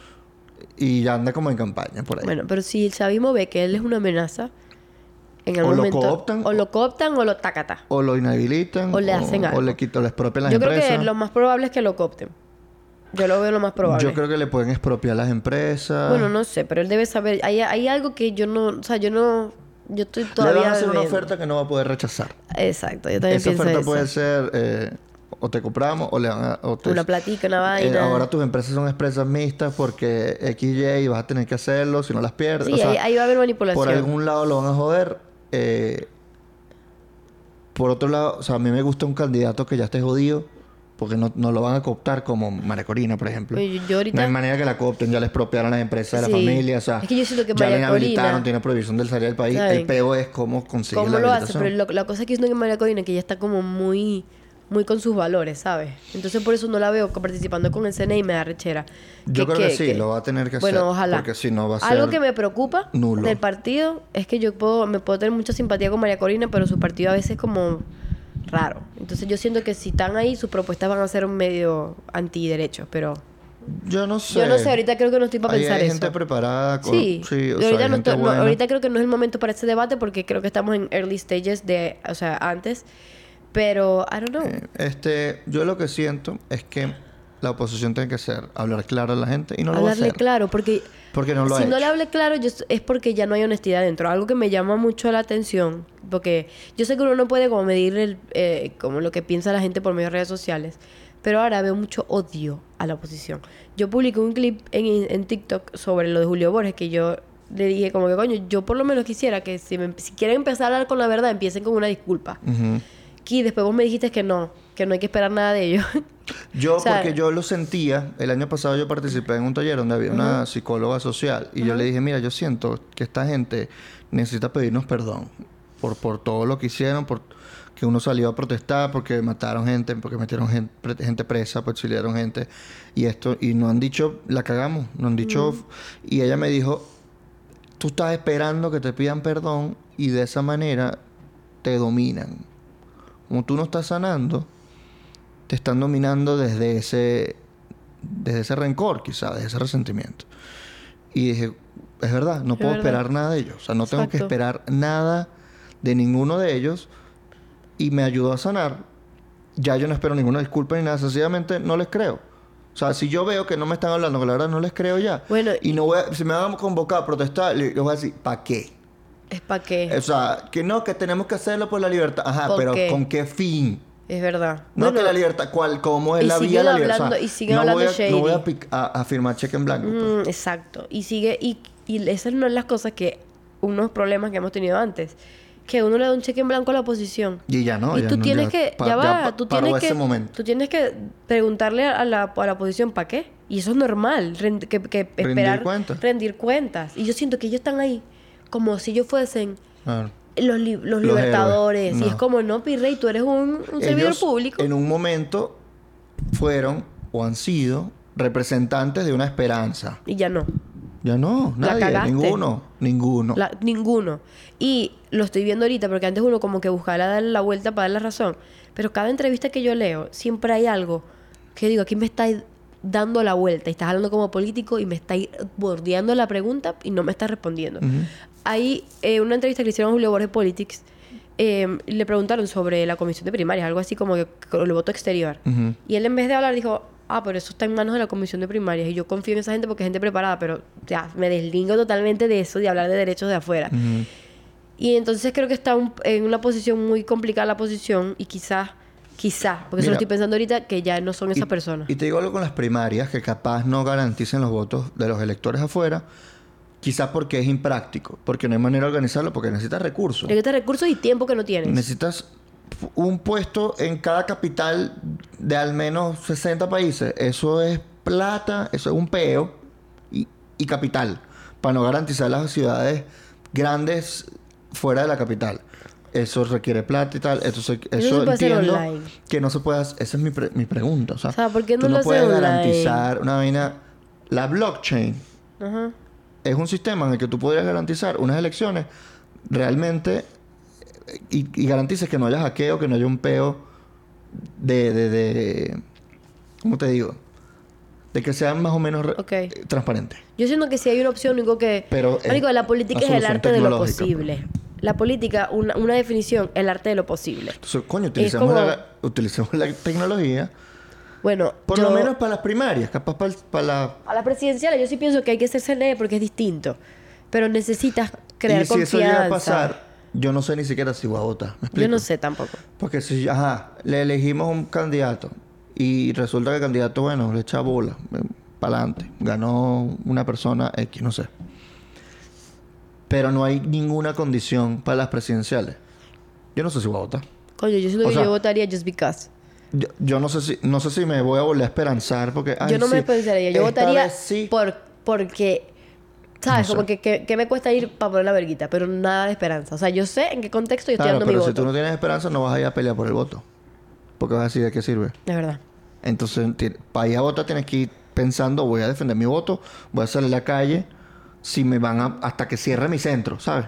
Y ya anda como en campaña por ahí. Bueno, pero si el chavismo ve que él es una amenaza, en algún O lo momento... cooptan, o lo cooptan o lo tacata. O lo inhabilitan. O le hacen O algo. le quitan, le expropian las Yo creo empresas. que lo más probable es que lo coopten. Yo lo veo lo más probable. Yo creo que le pueden expropiar las empresas. Bueno, no sé, pero él debe saber. Hay, hay algo que yo no... O sea, yo no... Yo estoy Le todavía... van a hacer una viendo. oferta que no va a poder rechazar. Exacto, yo también Esa pienso oferta eso. puede ser... eh, o te compramos o le van a... O te, Una platica, una eh, vaina. ahora tus empresas son empresas mixtas porque X Y y vas a tener que hacerlo si no las pierdes. Sí, o sea, ahí, ahí va a haber manipulación. por algún lado lo van a joder. Eh, por otro lado, o sea, a mí me gusta un candidato que ya esté jodido porque no, no lo van a cooptar como María Corina, por ejemplo. Oye, yo ahorita... No hay manera que la coopten, ya le expropiaron las empresas de Sí. la familia, o sea, Es que yo siento que ya María le inhabilitaron, Corina... tiene prohibición del salir del país. ¿Saben? El peo es cómo consigue ¿Cómo la lo hace? habilitación. Pero lo- la cosa es que yo siento que María Corina que ya está como muy... Muy con sus valores, ¿sabes? Entonces por eso no la veo participando con el C N E y me da rechera. Yo creo que sí, lo va a tener que hacer. Bueno, ojalá. Porque si no va a ser Algo que me preocupa nulo. del partido es que yo puedo, me puedo tener mucha simpatía con María Corina, pero su partido a veces es como raro. Entonces yo siento que si están ahí, sus propuestas van a ser un medio antiderechos, pero... Yo no sé. Yo no sé, ahorita creo que no estoy para Ahí pensar hay eso. gente preparada. Con, Sí, sí o y ahorita, sea, no gente estoy- no, buena. ahorita creo que no es el momento para ese debate porque creo que estamos en early stages de, o sea, antes. Pero, I don't know. Eh, Este, yo lo que siento es que la oposición tiene que hacer hablar claro a la gente y no lo va a Hablarle hacer. claro, porque Porque no lo si ha no le hecho. hable claro yo, es porque ya no hay honestidad dentro. Algo que me llama mucho la atención, porque yo sé que uno no puede como medir el, eh, como lo que piensa la gente por medio de redes sociales, pero ahora veo mucho odio a la oposición. Yo publiqué un clip en, en TikTok sobre lo de Julio Borges, que yo le dije como que, coño, yo por lo menos quisiera que si, me- si quieren empezar a hablar con la verdad, empiecen con una disculpa. Ujú. Y después vos me dijiste que no, que no hay que esperar nada de ellos. Yo, O sea, porque yo lo sentía, el año pasado yo participé en un taller donde había una psicóloga social y yo le dije, mira, yo siento que esta gente necesita pedirnos perdón por, por todo lo que hicieron, por que uno salió a protestar, porque mataron gente, porque metieron gente, pre- gente presa, porque exiliaron gente y esto, y no han dicho, la cagamos, no han dicho, y ella me dijo, tú estás esperando que te pidan perdón y de esa manera te dominan. Como tú no estás sanando, te están dominando desde ese desde ese rencor, quizá, desde ese resentimiento. Y dije, es verdad, no Es puedo verdad. esperar nada de ellos. O sea, no tengo que Exacto. esperar nada de ninguno de ellos. Y me ayudó a sanar. Ya yo no espero ninguna disculpa ni nada. Sencillamente no les creo. O sea, si yo veo que no me están hablando, que la verdad no les creo ya. Bueno, y no voy a, si me van a convocar a protestar, les les voy a decir, ¿para qué? es para qué. O sea, que no, que tenemos que hacerlo por la libertad. Ajá, ¿Por pero qué? ¿con qué fin? Es verdad. No Bueno, que la libertad, ¿cuál, ¿cómo es y la siguen vía de la libertad? hablando- O sea, y siguen no hablando voy a, no voy a, shady. pic- a- a firmar cheque en blanco. pues. Mm, exacto. Y sigue, y, y esas no son las cosas que, unos problemas que hemos tenido antes. Que uno le da un cheque en blanco a la oposición. Y ya no, y ya tú no, tienes ya que, pa- ya va, pa- tú paró tienes ese que, momento. tú tienes que preguntarle a la, a la oposición ¿para qué? Y eso es normal, rend- que, que esperar cuentas. rendir cuentas. Y yo siento que ellos están ahí como si ellos fuesen Claro. los, li- los Los libertadores. héroes. Y No. es como, no, Pirrey, tú eres un, un servidor Ellos, público. en un momento, fueron o han sido representantes de una esperanza. Y ya no. Ya no, La nadie, cagaste. ninguno, ninguno. La- ninguno. Y lo estoy viendo ahorita porque antes uno como que buscaba darle la vuelta para darle la razón. Pero cada entrevista que yo leo, siempre hay algo que digo, aquí me estáis dando la vuelta y estás hablando como político y me estáis bordeando la pregunta y no me estás respondiendo. Ujú. Hay eh, una entrevista que le hicieron a Julio Borges Politics. eh, le preguntaron sobre la comisión de primarias, algo así como que con el voto exterior. Ujú. Y él en vez de hablar dijo, ah, pero eso está en manos de la comisión de primarias y yo confío en esa gente porque es gente preparada, pero ya, me deslingo totalmente de eso, de hablar de derechos de afuera. Ujú. Y entonces creo que está un- en una posición muy complicada la posición y quizás, quizás, porque eso lo Mira, estoy pensando ahorita, que ya no son esas Y- personas. Y te digo algo con las primarias que capaz no garanticen los votos de los electores afuera, quizás porque es impráctico, porque no hay manera de organizarlo, porque necesitas recursos. Necesitas recursos y tiempo que no tienes. Necesitas un puesto en cada capital de al menos sesenta países. Eso es plata, eso es un peo y, y capital, para no garantizar las ciudades grandes fuera de la capital. Eso requiere plata y tal. Entonces, eso, se puede hacer entiendo online. que no se puede hacer. Esa es mi, pre- mi pregunta. O sea, O sea, ¿por qué no tú lo no hace puedes online? garantizar una vaina. La blockchain Ajá. es un sistema en el que tú podrías garantizar unas elecciones realmente eh, y, y garantices que no haya hackeo, que no haya un peo de, de, de ¿cómo te digo? De que sean más o menos re- Ok. eh, transparentes. Yo siento que si hay una opción, único que... Pero es Marico, la política una es el solución arte de lo tecnológica, posible. La política, una, una definición, el arte de lo posible. Entonces, coño, utilicemos, como- la, utilicemos la tecnología, Bueno, por yo- lo menos para las primarias, capaz para, para la... A las presidenciales yo sí pienso que hay que ser C N E porque es distinto. Pero necesitas crear y si confianza. eso llega a pasar, yo no sé ni siquiera si voy a votar. ¿Me explico? Yo no sé tampoco. Porque si, ajá, le elegimos un candidato y resulta que el candidato, bueno, le echa bola, para adelante, ganó una persona X, no sé. Pero no hay ninguna condición para las presidenciales. Yo no sé si voy a votar. Coño, yo siento O que sea, yo votaría just because. Yo, yo no sé si no sé si me voy a volver a esperanzar porque ay, Yo no sí, me pensaría. Yo esta votaría vez sí. por, porque... ¿Sabes? No sé. Como que, que, que me cuesta ir para poner la verguita, pero nada de esperanza. O sea, yo sé en qué contexto yo estoy Claro, dando mi pero si voto. tú no tienes esperanza no vas a ir a pelear por el voto. Porque vas a decir de qué sirve. Es verdad. Entonces, ti- para ir a votar tienes que ir pensando, voy a defender mi voto, voy a salir a la calle si me van a hasta que cierre mi centro, ¿sabes?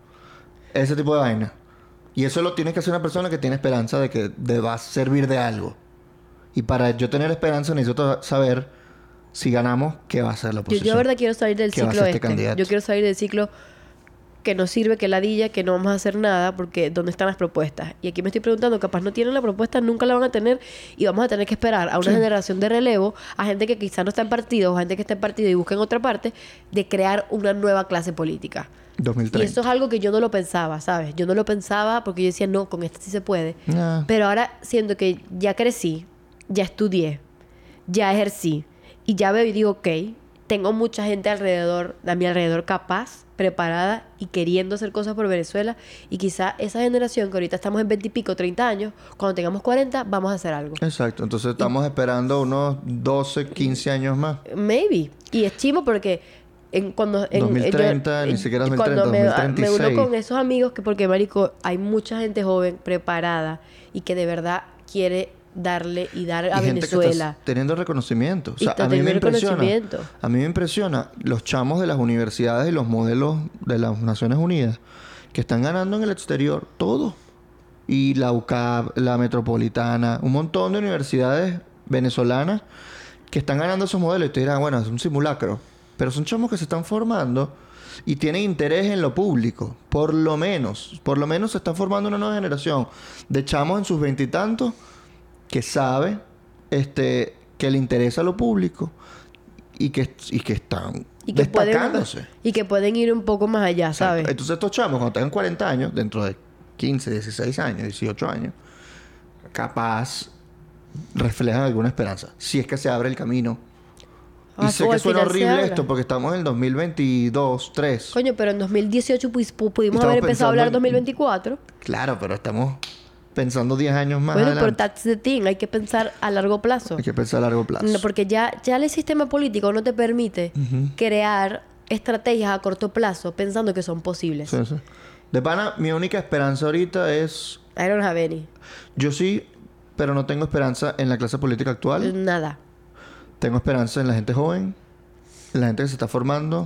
Ese tipo de vaina. Y eso lo tienes que hacer una persona que tiene esperanza de que de va a servir de algo. Y para yo tener esperanza necesito saber si ganamos qué va a hacer la Yo, oposición. yo, de verdad, quiero salir del ¿Qué va a ciclo hacer este. este candidato? Yo quiero salir del ciclo que no sirve, que ladilla, que no vamos a hacer nada, porque ¿dónde están las propuestas? Y aquí me estoy preguntando, capaz no tienen la propuesta, nunca la van a tener, y vamos a tener que esperar a una Sí. generación de relevo, a gente que quizás no está en partido, o gente que está en partido y busca en otra parte, de crear una nueva clase política. dos mil Y treinta. eso es algo que yo no lo pensaba, ¿sabes? Yo no lo pensaba porque yo decía, no, con esta sí se puede. Nah. Pero ahora siento que ya crecí, ya estudié, ya ejercí y ya veo y digo, ok, tengo mucha gente alrededor, a mi alrededor capaz, preparada y queriendo hacer cosas por Venezuela. Y quizá esa generación que ahorita estamos en veinte y pico, treinta años, cuando tengamos cuarenta, vamos a hacer algo. Exacto. Entonces estamos esperando unos doce, quince años más. Maybe. Y es chimo porque en, cuando... En, dos mil treinta, yo- ni siquiera cuando dos mil treinta, me, me dos mil treinta y uno con seis. esos amigos que porque, marico, hay mucha gente joven, preparada y que de verdad quiere darle y dar a Y gente que Venezuela. está teniendo reconocimiento. O Y sea, está a mí me teniendo impresiona. reconocimiento. A mí me impresiona los chamos de las universidades y los modelos de las Naciones Unidas que están ganando en el exterior todo. Y la U C A P, la Metropolitana, un montón de universidades venezolanas que están ganando esos modelos. Y te dirán, bueno, es un simulacro. Pero son chamos que se están formando y tienen interés en lo público. Por lo menos. Por lo menos se está formando una nueva generación de chamos en sus veintitantos que sabe este, que le interesa lo público y que, y que están Y que, pueden, destacándose. y que pueden ir un poco más allá, Exacto. ¿sabes? Entonces estos chamos, cuando tengan cuarenta años, dentro de quince, dieciséis años, dieciocho años, capaz reflejan alguna esperanza. Si es que se abre el camino. Ah, Y sé o que al suena final se horrible abra. esto porque estamos en el dos mil veintidós, tres. Coño, pero en dos mil dieciocho pues, pu- pudimos Estamos haber empezado a hablar pensando en- dos mil veinticuatro. Claro, pero estamos pensando diez años más Bueno, pero adelante. that's the thing. Hay que pensar a largo plazo. Hay que pensar a largo plazo. No, porque ya, ya el sistema político no te permite Ujú. crear estrategias a corto plazo pensando que son posibles. Sí, sí. De pana, mi única esperanza ahorita es... I don't have any. Yo sí, pero no tengo esperanza en la clase política actual. Nada. Tengo esperanza en la gente joven, en la gente que se está formando,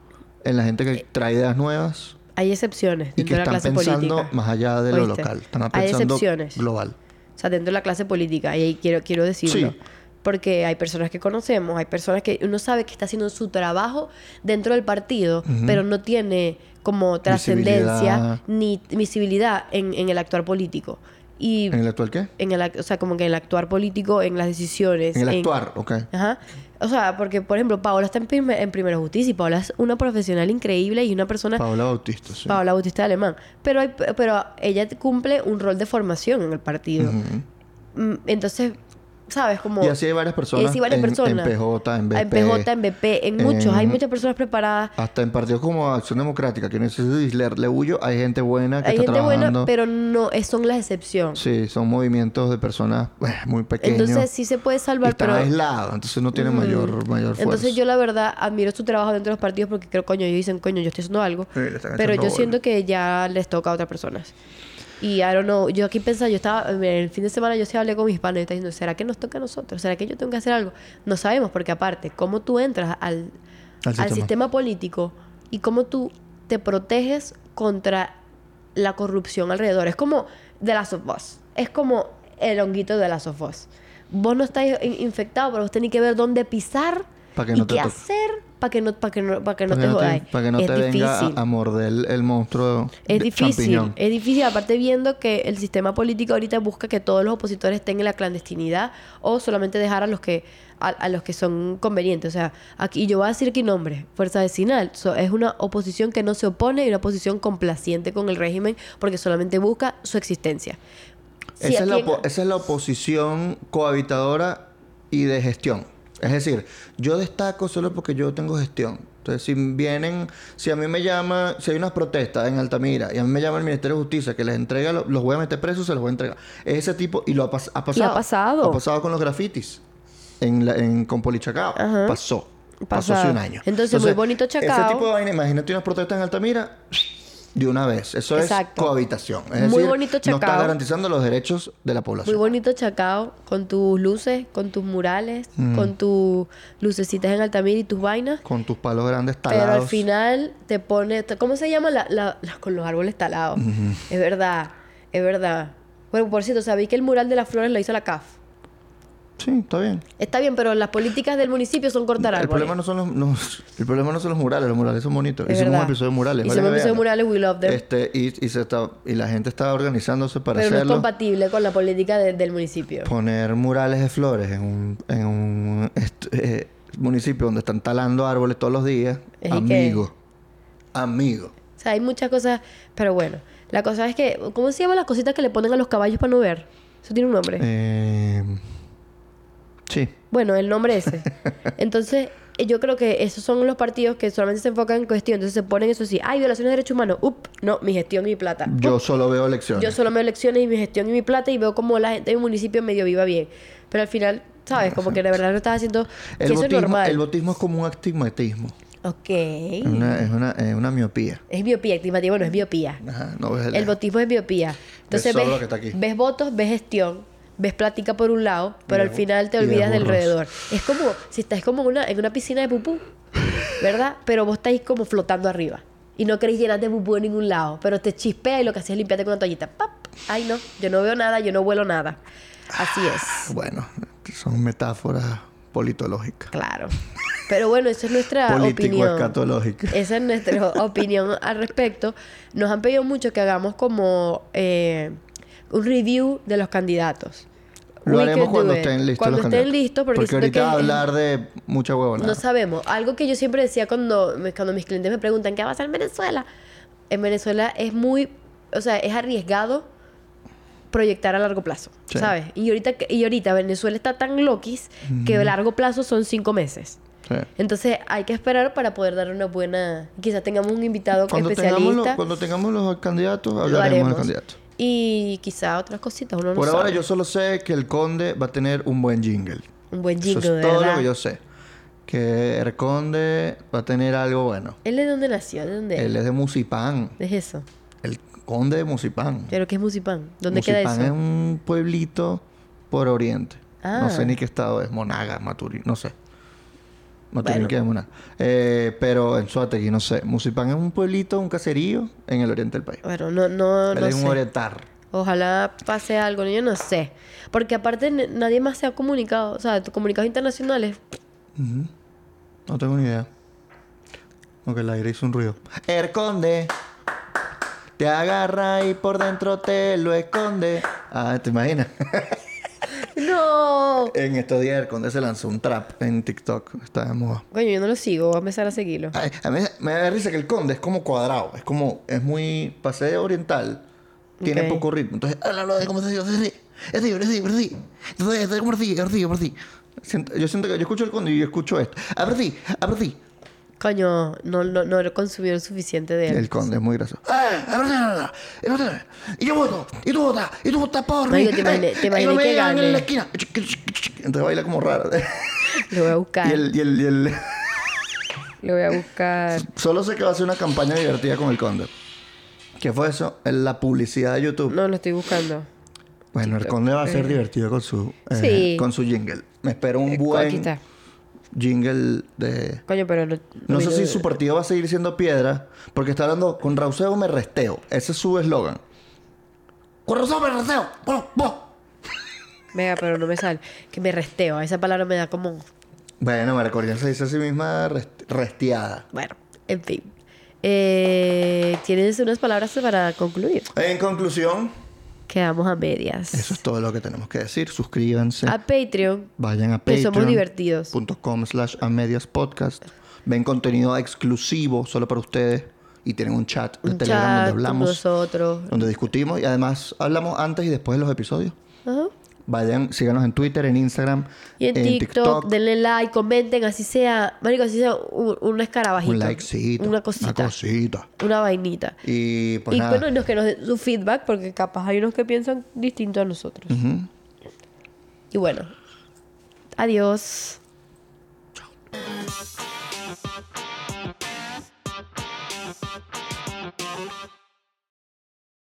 en la gente que trae ideas nuevas Hay excepciones y dentro que de la están clase pensando política. más allá de lo ¿Oíste? local. Están Hay pensando excepciones. global. O sea, dentro de la clase política. Y ahí quiero, quiero decirlo. Sí. Porque hay personas que conocemos, hay personas que uno sabe que está haciendo su trabajo dentro del partido, Ujú. pero no tiene como trascendencia Visibilidad. ni visibilidad en, en el actuar político. Y ¿En el actual qué? en el, ac- o sea, como que en el actuar político, en las decisiones. En el actuar, ok. Ajá. O sea, porque, por ejemplo, Paola está en, primer- en Primera Justicia y Paola es una profesional increíble y una persona... Paola Bautista, sí. Paola Bautista de Alemán. Pero, hay, pero ella cumple un rol de formación en el partido. Ujú. Mm, Entonces, ¿sabes? Como... Y así hay varias personas, Y así varias en, personas. en P J, en B P. En P J, en B P, en muchos. Hay en- muchas personas preparadas. Hasta en partidos como Acción Democrática, que no sé si le, le huyo, hay gente buena que Hay está gente trabajando. buena, pero no es- son las excepciones. Sí, son movimientos de personas eh, muy pequeños. Entonces sí se puede y salvar, están pero... aislados, entonces no tienen Ujú. mayor, mayor fuerza. Entonces yo la verdad admiro su trabajo dentro de los partidos porque creo, coño, ellos dicen, coño, yo estoy haciendo algo. Sí, le están Pero echando yo bola. siento que ya les toca a otras personas. Y I don't know, yo aquí pensaba, yo estaba, el fin de semana yo sí hablé con mis panas y estaba diciendo, ¿será que nos toca a nosotros? ¿Será que yo tengo que hacer algo? No sabemos, porque aparte, cómo tú entras al, Al al sistema. sistema político y cómo tú te proteges contra la corrupción alrededor. Es como The Last of Us. Es como el honguito de The Last of Us. Vos no estáis in- infectado, pero vos tenés que ver dónde pisar Pa' que y no te qué toque. hacer para que no, para que no, para que no Para te que no jodáis. te, para que no es te difícil. venga a, a morder el, el monstruo Es de difícil, champiñón. es difícil, aparte viendo que el sistema político ahorita busca que todos los opositores estén en la clandestinidad o solamente dejar a los que a, a los que son convenientes. O sea, aquí yo voy a decir que nombre, Fuerza Vecinal, so, es una oposición que no se opone y una oposición complaciente con el régimen porque solamente busca su existencia. Si Esa, es la aquí en- opo- esa es la oposición cohabitadora y de gestión. Es decir, yo destaco solo porque yo tengo gestión. Entonces, si vienen, si a mí me llama, si hay unas protestas en Altamira y a mí me llama el Ministerio de Justicia que les entrega, lo- los voy a meter presos, se los voy a entregar. Es ese tipo, y lo ha, pas- ha pasado. ha pasado. Ha pasado con los grafitis en, la, en con Polichacao. Ajá. Pasó. Pasó Pasado. hace un año. Entonces, muy bonito Chacao. Ese tipo de vaina, imagínate unas protestas en Altamira de una vez. Eso Exacto. es cohabitación. Es Muy decir, bonito no está Chacao. garantizando los derechos de la Muy población. bonito Chacao, con tus luces, con tus murales, Mm. con tus lucecitas en Altamira y tus vainas. Con tus palos grandes talados. Pero al final te pone... ¿Cómo se llama? La, la- la- con los árboles talados. Es verdad, es verdad. Bueno, por cierto, ¿sabí que el mural de las flores lo hizo la C A F? Sí, está bien. Está bien, pero las políticas del municipio son cortar El árboles. problema no son los, los- el problema no son los murales, los murales son bonitos. Es Hicimos verdad. un episodio de murales. Hicimos vayan un a episodio de verlo. murales, we love them. Este, y, y se está, y la gente está organizándose para pero no es hacerlo. compatible con la política de- del municipio. Poner murales de flores en un, en un est- eh, municipio donde están talando árboles todos los días. Es que- Amigo. Amigo. O sea, hay muchas cosas... Pero bueno, la cosa es que... ¿Cómo se llaman las cositas que le ponen a los caballos para no ver? Eso tiene un nombre. Eh, sí. Bueno, el nombre ese. Entonces, eh, yo creo que esos son los partidos que solamente se enfocan en cuestión. Entonces se ponen eso así. Ay, violaciones de derechos humanos. Up, no, mi gestión y mi plata. Yo Up, solo veo elecciones. yo solo veo elecciones y mi gestión y mi plata y veo como la gente de un municipio medio viva bien. Pero al final, ¿sabes? Como que de verdad lo estás haciendo... Que el, eso es botismo, normal. el botismo es como un astigmatismo. Ok. Es una, es una, es una miopía. Es miopía, estigmatismo, no es miopía. Ajá, no ves el, El botismo es miopía. Entonces solo ves, lo que está aquí. ves votos, ves gestión, ves plática por un lado, pero ves al final te bu- y ves olvidas del burros. alrededor. Es como si estás como en una, en una piscina de pupú, ¿verdad? Pero vos estáis como flotando arriba. Y no queréis llenar de pupú en ningún lado. Pero te chispea y lo que haces es limpiarte con una toallita. ¡Pap! Ay, no. Yo no veo nada, yo no huelo nada. Así es. Bueno, son metáforas politológicas. Claro. Pero bueno, esa es nuestra opinión. Político-escatológicas. Esa es nuestra opinión al respecto. Nos han pedido mucho que hagamos como eh, un review de los candidatos. Lo We haremos can cuando do it. estén listos Cuando los estén candidatos. listos, porque, siento ahorita que va a es- hablar de mucha huevonada. no sabemos. Algo que yo siempre decía cuando, cuando mis clientes me preguntan ¿qué va a hacer en Venezuela? En Venezuela es muy... O sea, es arriesgado proyectar a largo plazo, Sí. ¿sabes? Y ahorita, y ahorita Venezuela está tan loquis que a largo plazo son cinco meses. Sí. Entonces hay que esperar para poder dar una buena... Quizás tengamos un invitado Cuando tengamos, los, especialista cuando tengamos los candidatos, lo hablaremos haremos. del candidato. Y quizá otras cositas. Uno no Por ahora sabe. yo solo sé que el conde va a tener un buen jingle. Un buen Eso jingle, es de todo verdad. lo que yo sé. Que el conde va a tener algo bueno. ¿Él de dónde nació? ¿De dónde? Él es de Musipán. ¿Qué es eso? El conde de Musipán. ¿Pero qué es Musipán? ¿Dónde queda Musipán eso? es un pueblito por oriente. Ah. No sé ni qué estado es. Monaga, Maturín, no sé. Maturín Bueno. queda en Monaga. Eh, pero en Suategui, no sé. Musipán es un pueblito, un caserío en el oriente del país. Bueno, no, no, Él no es un sé. orientar. Ojalá pase algo, yo no sé. Porque aparte n- nadie más se ha comunicado. O sea, comunicados internacionales. Ujú. No tengo ni idea. Aunque el aire hizo un ruido. El conde te agarra y por dentro te lo esconde. Ah, ¿te imaginas? ¡No! En estos días el conde se lanzó un trap en TikTok. Está de moda. Coño, yo no lo sigo. Voy a empezar a seguirlo. Ay, a mí me da risa que el conde es como cuadrado. Es como... Es muy... Paseo oriental. Tiene Ok. poco ritmo. Entonces... Háblalo de cómo se dice. Así. Así, así, así. Entonces... Es como así, así, así. Siento- Yo siento que... Yo escucho el conde y yo escucho esto. Así, así. Coño, no, no, no he consumido el suficiente de él. El conde es muy gracioso. ¡Ah! Y yo voto. Y tú votas. Y tú votas por mí. Marico, te imaginé- te Eh, imaginé y no me que digan gane. en la esquina. Entonces baila como raro. Lo voy a buscar. y el... Y el, y el... Lo voy a buscar. Solo sé que va a ser una campaña divertida con el conde. ¿Qué fue eso? En la publicidad de YouTube. No, lo estoy buscando. Bueno, el conde va a ser divertido con su, eh, Sí. con su jingle. Me espero un Eh, buen Aquí está. jingle de... Coño, pero no... No sé vino- si su partido va a seguir siendo piedra, porque está hablando con Rauseo me resteo. Ese es su eslogan. Con Rauseo me resteo. Bueno, vos. Venga, pero no me sale. Que me resteo. Esa palabra me da como... Bueno, María Corina se dice a sí misma reste- resteada. Bueno, en fin. Eh, ¿Tienes unas palabras para concluir? En conclusión, Quedamos a medias. eso es todo lo que tenemos que decir. Suscríbanse. A Patreon. Vayan a Que somos patreon divertidos. punto com slash a medias podcast. Ven contenido exclusivo solo para ustedes. Y tienen un chat de Un Telegram chat donde con hablamos. nosotros. Donde discutimos. Y además hablamos antes y después de los episodios. Ajá. Vayan, síganos en Twitter, en Instagram, Y en, TikTok, denle like, comenten, así sea, marico, así sea un, un escarabajito. un likecito. Una cosita. Una cosita. Una vainita. Y pues y nada. bueno, los que nos den su feedback, porque capaz hay unos que piensan distinto a nosotros. Ujú. Y bueno, adiós.